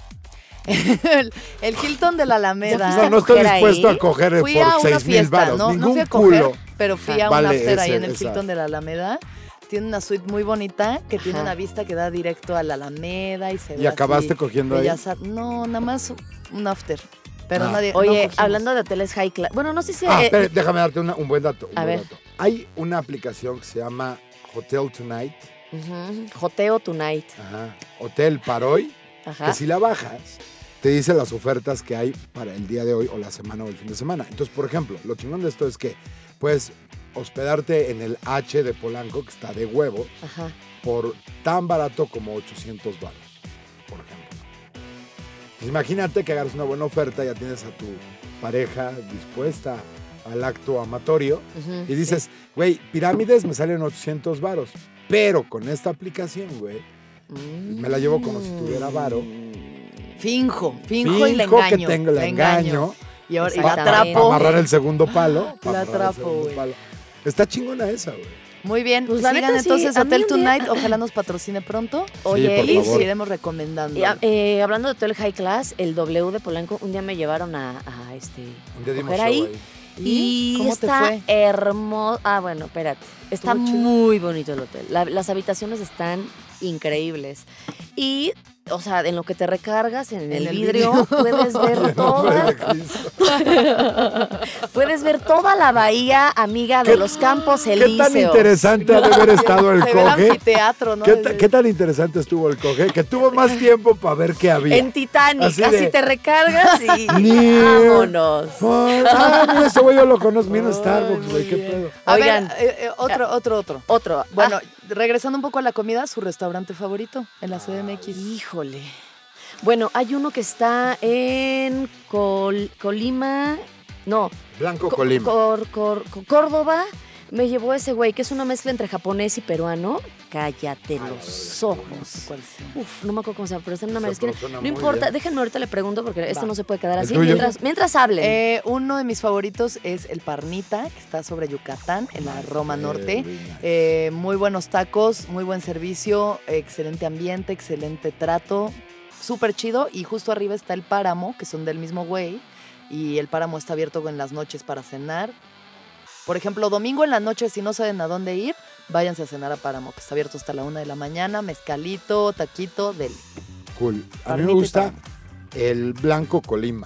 C: El, el Hilton de la Alameda.
D: ¿Ya
E: No, no estoy
D: coger
E: dispuesto
D: ahí?
E: a coger
C: Fui a
E: por
C: una
E: seis mil
C: fiesta,
E: varos.
C: no,
E: Ningún
C: no fui a coger,
E: culo.
C: pero fui
D: Ah,
C: a un
E: vale
C: after ahí
E: ese,
C: en el
E: esa.
C: Hilton de la Alameda. Tiene una suite muy bonita que tiene
D: Ajá.
C: una vista que da directo a la Alameda y se ve
E: ¿Y acabaste
C: así,
E: cogiendo ahí?
C: Bellas Ar- No, nada más un after. Pero
E: Ah.
C: nadie. no
D: Oye,
C: cogimos.
D: hablando de hoteles high class. Bueno, no sé si.
E: Ah,
D: eh,
E: espera, déjame darte una- un buen dato. un
D: A
E: buen
D: ver.
E: dato. Hay una aplicación que se llama Hotel Tonight,
D: ujú, Joteo Tonight.
E: ajá, Hotel Paroy,
D: Ajá.
E: que si la bajas, te dice las ofertas que hay para el día de hoy o la semana o el fin de semana. Entonces, por ejemplo, lo chingón de esto es que puedes hospedarte en el H de Polanco, que está de huevo,
D: Ajá.
E: por tan barato como ochocientos baros, por ejemplo. Pues imagínate que agarras una buena oferta, ya tienes a tu pareja dispuesta al acto amatorio
D: ujú,
E: y dices, güey, pirámides me salen ochocientos varos, pero con esta aplicación, güey,
D: sí.
E: me la llevo como si tuviera varo.
C: Finjo, finjo, y la
E: Finjo
C: engaño.
E: que tengo, la engaño,
C: Y ahora y la
D: Exactamente.
E: para
C: atrapo.
E: amarrar el segundo palo. para
C: La
E: amarrar el
C: atrapo,
E: segundo
C: güey.
E: palo. Está chingona esa, güey.
C: Muy bien,
D: Pues la
C: sigan
D: neta, sí,
C: entonces
D: a mí
C: Hotel
D: un día-
C: Tonight, ojalá nos patrocine pronto.
D: Oye,
E: por
C: Y
E: favor.
C: seguiremos recomendando.
D: y, ah, eh, hablando de hotel high class, el W de Polanco, un día me llevaron a, a este.
E: Un día dimos
D: coger
E: show
D: ahí.
E: ahí.
D: Y
C: ¿Cómo te
D: está
C: fue?
D: hermoso. Ah, bueno, espérate. Está
C: Estuvo chido.
D: muy bonito el hotel. La- las habitaciones están increíbles. Y o sea, en lo que te recargas, en,
C: En
D: el,
C: el
D: vidrio,
C: vidrio.
D: puedes ver
E: Nombre
D: toda,
E: de Cristo.
D: puedes ver toda la bahía, amiga de los Campos
E: ¿Qué
D: Elíseos.
E: tan interesante ha de haber estado el
C: Se ve el
E: coge?
C: anfiteatro, ¿no?
E: ¿Qué, ta- qué tan interesante estuvo el coge? Que tuvo más tiempo para ver qué había.
D: En Titanic,
E: Así
D: así,
E: de-
D: te recargas y
E: Ni-
D: vámonos.
E: Ay, ah, mira, ese güey yo lo conozco. Mira Starbucks,
C: muy
E: güey, qué
C: bien.
E: pedo.
C: A
D: Oigan.
C: ver, eh, eh, otro, otro, otro.
D: Otro.
C: Bueno,
D: Ah,
C: regresando un poco a la comida, su restaurante favorito en la C D M X.
D: híjole. Bueno, hay uno que está en Col- Colima, no,
E: Blanco
D: Co-
E: Colima.
D: Cor- Cor- Co- Córdoba. Me llevó ese güey, que es una mezcla entre japonés y peruano. Cállate los ojos.
C: ¿Cuál sea?
D: Uf, no me acuerdo cómo se llama, pero está en una
E: Esa
D: esquina.
E: persona
D: No
E: muy
D: importa,
E: bien.
D: déjenme ahorita le pregunto porque esto
C: Va.
D: no se puede quedar
E: ¿El
D: así.
E: tuyo?
D: Mientras, mientras hablen.
C: Eh, uno de mis favoritos es el Parnita, que está sobre Yucatán, en la Roma Norte.
E: Very nice.
C: Eh, muy buenos tacos, muy buen servicio, excelente ambiente, excelente trato, súper chido. Y justo arriba está el Páramo, que son del mismo güey. Y el Páramo está abierto en las noches para cenar. Por ejemplo, domingo en la noche, si no saben a dónde ir, váyanse a cenar a Páramo, que está abierto hasta la una de la mañana. Mezcalito, taquito, del...
E: Cool. A mí
C: Parnita
E: me
C: y
E: gusta
C: Páramo.
E: el Blanco Colima.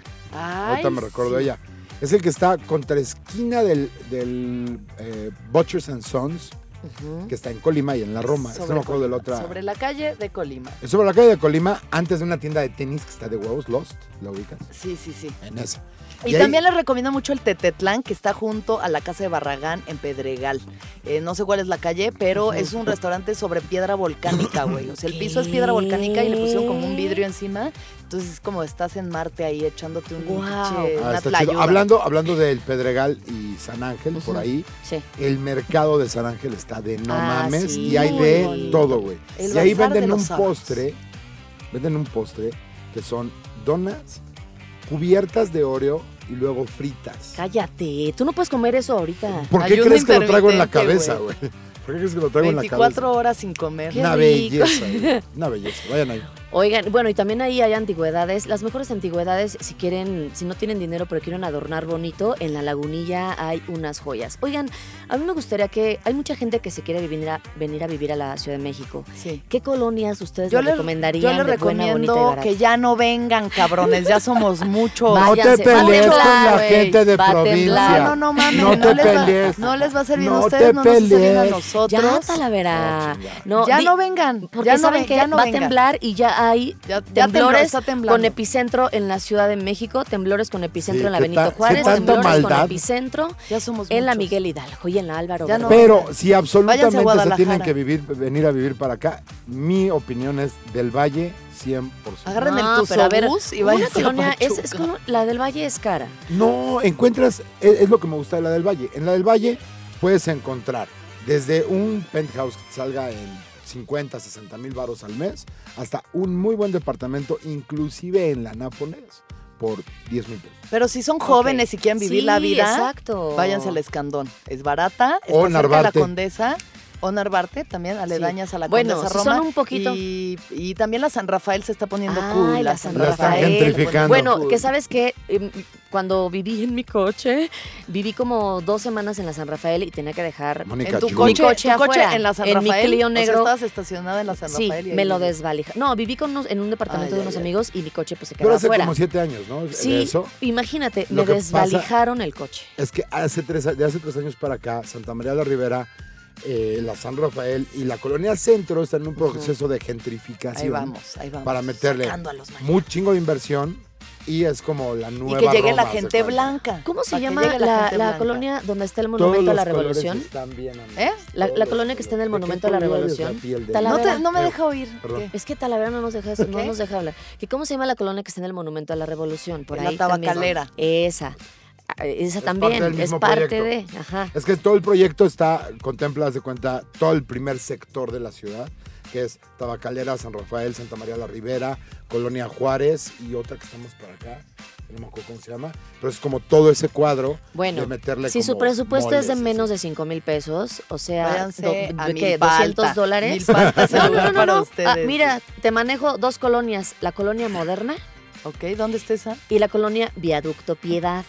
C: Ay,
E: Ahorita me recuerdo
C: sí.
E: de ella. Es el que está contra esquina del, del eh, Butchers and Sons,
D: Ujú.
E: que está en Colima y en la Roma. Esto no me acuerdo de la
C: Colima,
E: otra.
C: Sobre la calle de Colima.
E: Es sobre la calle de Colima, antes de una tienda de tenis que está de huevos, Lost, ¿la ubicas?
C: Sí, sí, sí.
E: En esa.
C: Y,
E: Y ahí-
C: también les recomiendo mucho el Tetetlán, que está junto a la casa de Barragán en Pedregal. Eh, no sé cuál es la calle, pero es un restaurante sobre piedra volcánica, güey. O sea, el piso es piedra volcánica y le pusieron como un vidrio encima. Entonces es como estás en Marte ahí echándote un
D: Guau.
C: pinche,
E: Ah,
C: una
E: está chido.
C: tlayuda.
E: Hablando, hablando del Pedregal y San Ángel, por
D: Ujú.
E: ahí,
D: Sí.
E: el mercado de San Ángel está de no
D: Ah,
E: mames
D: sí,
E: y hay
C: muy
E: de
C: bonito.
E: todo, güey.
C: El
E: Y ahí
C: bazar de
E: venden
C: los
E: un
C: sábados.
E: postre, venden un postre que son donas cubiertas de Oreo y luego fritas.
D: Cállate, tú no puedes comer eso ahorita.
E: ¿Por qué
C: Ayuno
E: crees que lo traigo en la
C: intermitente,
E: cabeza, güey? ¿Por qué crees que lo traigo en la
C: veinticuatro
E: cabeza?
C: horas sin comer.
D: Qué
E: Una
D: rico.
E: belleza, güey. Una belleza. Vayan ahí.
D: Oigan, bueno, y también ahí hay antigüedades. Las mejores antigüedades, si quieren, si no tienen dinero pero quieren adornar bonito, en la Lagunilla hay unas joyas. Oigan, a mí me gustaría que hay mucha gente que se quiere venir a, venir a vivir a la Ciudad de México.
C: Sí.
D: ¿Qué colonias ustedes
C: Yo
D: le
C: les,
D: recomendarían
C: yo les
D: de buena, bonita y
C: recomiendo
D: barata?
C: que ya no vengan, cabrones. Ya somos muchos.
E: No te
D: Váyanse, va a
E: pelees con
D: temblar,
E: la
D: güey,
E: gente de
D: va a
E: provincia.
D: temblar.
C: No, no, no mames.
E: No
C: No,
E: te
C: les va,
E: pelees.
C: no les va a ser bien
E: No
C: a ustedes,
E: te
C: no nos hace bien a
E: pelees.
C: nosotros.
D: Ya, Talavera.
E: No, chingada.
D: No,
C: ya
D: di-
C: no vengan.
D: Porque
C: ya no
D: saben
C: ven-
D: que
C: ya no
D: va a
C: vengan.
D: temblar y ya hay
C: Ya, ya tembló,
D: temblores
C: está temblando.
D: con epicentro en la Ciudad de México, temblores con epicentro
E: Sí,
D: en la
E: qué
D: Benito
E: ta- qué
D: Juárez,
E: tanta
D: temblores con
E: maldad.
D: epicentro
C: Ya somos
D: en la
C: muchos.
D: Miguel Hidalgo y en la Álvaro
C: Ya no.
D: Obregón.
E: Pero si absolutamente se
C: Guadalajara.
E: tienen que vivir, venir a vivir para acá, mi opinión es del Valle cien por ciento.
C: Agarren
D: No,
C: el
D: pero a ver,
C: tusobús y
D: una
C: vayan a
D: colonia es,
C: Pachuca.
D: es como la del Valle es cara.
E: No, encuentras, es, es lo que me gusta de la del Valle. En la del Valle puedes encontrar desde un penthouse que salga en cincuenta, sesenta mil varos al mes, hasta un muy buen departamento, inclusive en la Nápoles, por diez mil pesos.
C: Pero si son jóvenes y quieren vivir
D: Sí,
C: la vida,
D: exacto.
C: váyanse al Escandón. Es barata, está
E: O
C: cerca de la
E: Narvarte.
C: Condesa. O Narvarte, también aledañas a la
D: Bueno,
C: Condesa
D: si
C: Roma.
D: son un poquito-
C: Y, y también la San Rafael se está poniendo
D: Ay,
C: cool.
D: la San
E: La están
D: Rafael.
E: gentrificando.
D: Bueno,
C: cool.
D: que sabes que em, cuando viví en mi coche, viví como dos semanas en la San Rafael y tenía que dejar
E: Mónica
C: En tu
E: Chu.
C: coche,
D: Mi coche
C: tu coche
D: afuera,
C: en la San
D: en mi
C: Rafael.
D: Clio
C: o sea,
D: negro.
C: estabas estacionada en la San
D: Sí,
C: Rafael. y ahí
D: me lo
C: vivías.
D: desvalija. No, viví con unos- en un departamento
E: Ay,
D: de unos
E: ay, ay.
D: amigos y mi coche pues se
E: Pero
D: quedaba
E: hace
D: afuera.
E: como siete años, ¿no? De
D: Sí,
E: eso.
D: imagínate,
E: Lo
D: me
E: que pasa-
D: desvalijaron el coche.
E: Es que hace tres, de hace tres años para acá, Santa María la Ribera, eh, la San Rafael y la colonia Centro están en un proceso de gentrificación.
C: Ahí vamos, ahí vamos.
E: Para meterle
C: Sacando a los mayores.
E: muy chingo de inversión y es como la
C: Y
E: nueva
C: que llegue
E: Roma,
C: la
E: ¿se
C: gente
E: acuerdan?
C: blanca.
D: ¿Cómo se
C: Para que
D: llama
C: llegue
D: la,
C: gente
D: la
C: blanca.
D: colonia donde está el
E: Todos
D: monumento a la
E: los colores
D: revolución?
E: están bien, amigo.
C: ¿Eh?
D: La-
E: Todos
D: la
E: los
D: colonia que está en el
E: colores. ¿De
D: Monumento
E: qué
D: a la
E: color es
D: Revolución?
E: la piel de-
D: Talavera.
C: No, te- no me
E: Eh,
C: deja oír.
E: perdón.
C: ¿Qué?
D: Es que Talavera no nos deja eso, no
C: ¿Qué?
D: nos deja hablar. ¿Que ¿Cómo se llama la colonia que está en el Monumento a la Revolución? Por
C: La
D: ahí también.
C: Tabacalera.
D: Esa. Ah, Esa
E: Es
D: también
E: parte del
D: es
E: mismo
D: parte
E: proyecto.
D: de. Ajá.
E: Es que todo el proyecto está, contempla, haz de cuenta, todo el primer sector de la ciudad, que es Tabacalera, San Rafael, Santa María la Ribera, Colonia Juárez y otra que estamos para acá, no me acuerdo cómo se llama, pero es como todo ese cuadro
D: Bueno,
E: de meterle
D: si su
E: como
D: presupuesto es de
E: moles,
D: menos
E: así.
D: de cinco mil pesos, o sea,
C: Váyanse
D: do-
C: a
D: ¿qué?
C: Milpalta.
D: doscientos dólares.
C: Milpalta es el
D: No, no,
C: lugar
D: no, no,
C: para
D: no.
C: ustedes.
D: Ah, mira, te manejo dos colonias, la colonia Moderna
C: Ok, ¿dónde está esa?
D: y la colonia Viaducto Piedad.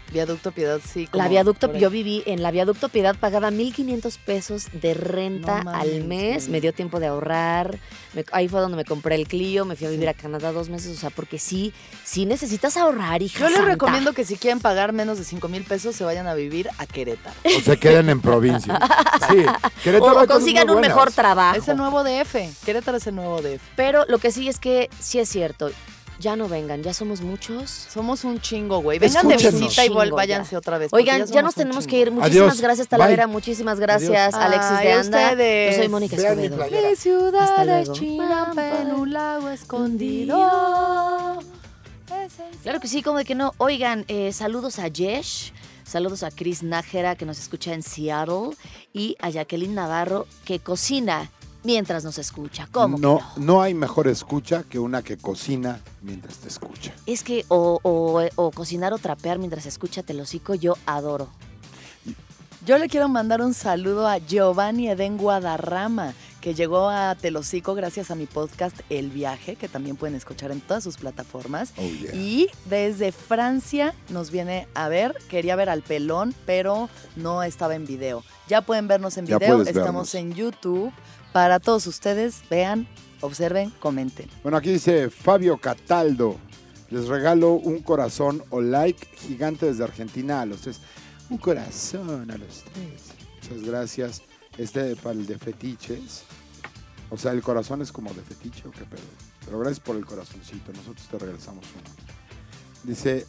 C: Viaducto Piedad, sí. como
D: La Viaducto,
C: por ahí.
D: yo viví en la Viaducto Piedad, pagaba mil quinientos pesos de renta
C: No
D: al
C: mames,
D: mes,
C: güey.
D: me dio tiempo de ahorrar, me- ahí fue donde me compré el Clio, me fui a vivir a Canadá dos meses, o sea, porque sí, sí necesitas ahorrar, hija
C: Yo les
D: santa.
C: recomiendo que si quieren pagar menos de cinco mil pesos, se vayan a vivir a Querétaro.
E: O se queden en provincia. Sí, Querétaro
D: O,
E: hay
D: o
E: cosas
D: consigan
E: muy
D: un
E: buenas.
D: mejor trabajo.
C: Es el nuevo D F. Querétaro es el nuevo D F.
D: Pero lo que sí es que sí es cierto, ya no vengan, ya somos muchos.
C: Somos un chingo, güey. Vengan de
E: Escúchenos.
C: visita y vol-
D: Chingo,
C: váyanse
D: ya.
C: otra vez. porque
D: Oigan, ya,
C: somos
D: nos
C: un
D: tenemos
C: chingo.
D: que ir. Muchísimas
E: Adiós.
D: gracias, Talavera.
E: Bye.
D: Muchísimas gracias,
C: Adiós.
D: Alexis
C: Ay,
D: de Anda.
C: ustedes.
D: Yo soy Mónica
E: Vean mi
D: Escobedo.
E: playera.
C: Mi ciudad
D: Hasta
C: es
D: luego.
C: China,
D: Bye,
C: en
D: bye.
C: un lago escondido.
D: Claro que sí, como de que no. Oigan, eh, saludos a Yesh, saludos a Chris Nájera, que nos escucha en Seattle, y a Jacqueline Navarro, que cocina mientras nos escucha. ¿Cómo
E: No,
D: que no?
E: no hay mejor escucha que una que cocina mientras te escucha.
D: Es que o, o- o cocinar o trapear mientras escucha Telocico, yo adoro.
C: Yo le quiero mandar un saludo a Giovanni Eden Guadarrama, que llegó a Telocico gracias a mi podcast El Viaje, que también pueden escuchar en todas sus plataformas.
E: Oh, yeah.
C: Y desde Francia nos viene a ver. Quería ver al pelón, pero no estaba en video. Ya pueden vernos en
E: Ya
C: video.
E: puedes
C: Estamos
E: vernos.
C: en YouTube. Para todos ustedes, vean, observen, comenten.
E: Bueno, aquí dice Fabio Cataldo. Les regalo un corazón o like gigante desde Argentina a los tres. Un corazón a los tres. Muchas gracias. Este para el de fetiches. O sea, el corazón es como de fetiche o qué pedo. Pero gracias por el corazoncito. Nosotros te regresamos uno. Dice,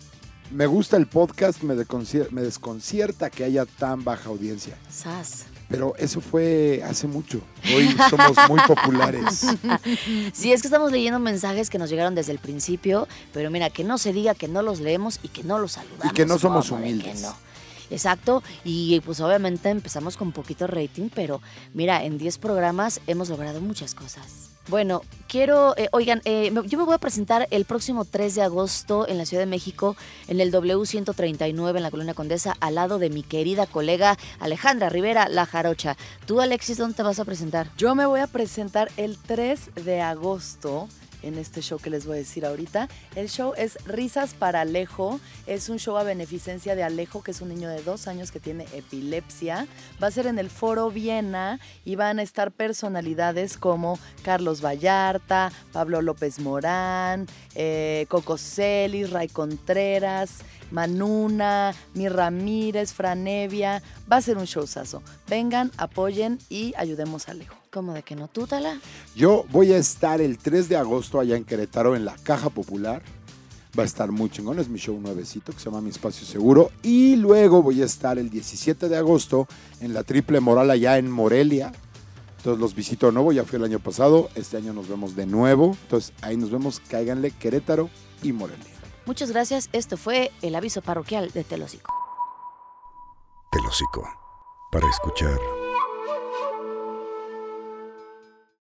E: me gusta el podcast, me, desconcier- me desconcierta que haya tan baja audiencia.
D: Sas.
E: Pero eso fue hace mucho. Hoy somos muy populares.
D: Sí, es que estamos leyendo mensajes que nos llegaron desde el principio, pero mira, que no se diga que no los leemos y que no los saludamos.
E: Y que no somos
D: ¿Cómo de que
E: humildes.
D: no? Exacto, y pues obviamente empezamos con poquito rating, pero mira, en diez programas hemos logrado muchas cosas. Bueno, quiero, eh, oigan, eh, me- yo me voy a presentar el próximo tres de agosto en la Ciudad de México, en el W ciento treinta y nueve en la Colonia Condesa, al lado de mi querida colega Alejandra Rivera, La Jarocha. Tú, Alexis, ¿dónde te vas a presentar?
C: Yo me voy a presentar el tres de agosto en este show que les voy a decir ahorita. El show es Risas para Alejo. Es un show a beneficencia de Alejo, que es un niño de dos años que tiene epilepsia. Va a ser en el Foro Viena y van a estar personalidades como Carlos Vallarta, Pablo López Morán, eh, Coco Celis, Ray Contreras, Manuna, Mi Ramírez, Franevia. Va a ser un showzazo. Vengan, apoyen y ayudemos a Alejo.
D: ¿Cómo de que no? ¿Tú, Tala?
E: Yo voy a estar el tres de agosto allá en Querétaro en la Caja Popular. Va a estar muy chingón, es mi show nuevecito que se llama Mi Espacio Seguro. Y luego voy a estar el diecisiete de agosto en la Triple Moral allá en Morelia. Entonces los visito de nuevo, ya fui el año pasado, este año nos vemos de nuevo. Entonces ahí nos vemos, cáiganle Querétaro y Morelia.
D: Muchas gracias. Esto fue el aviso parroquial de Telocico.
A: Telocico. Para escuchar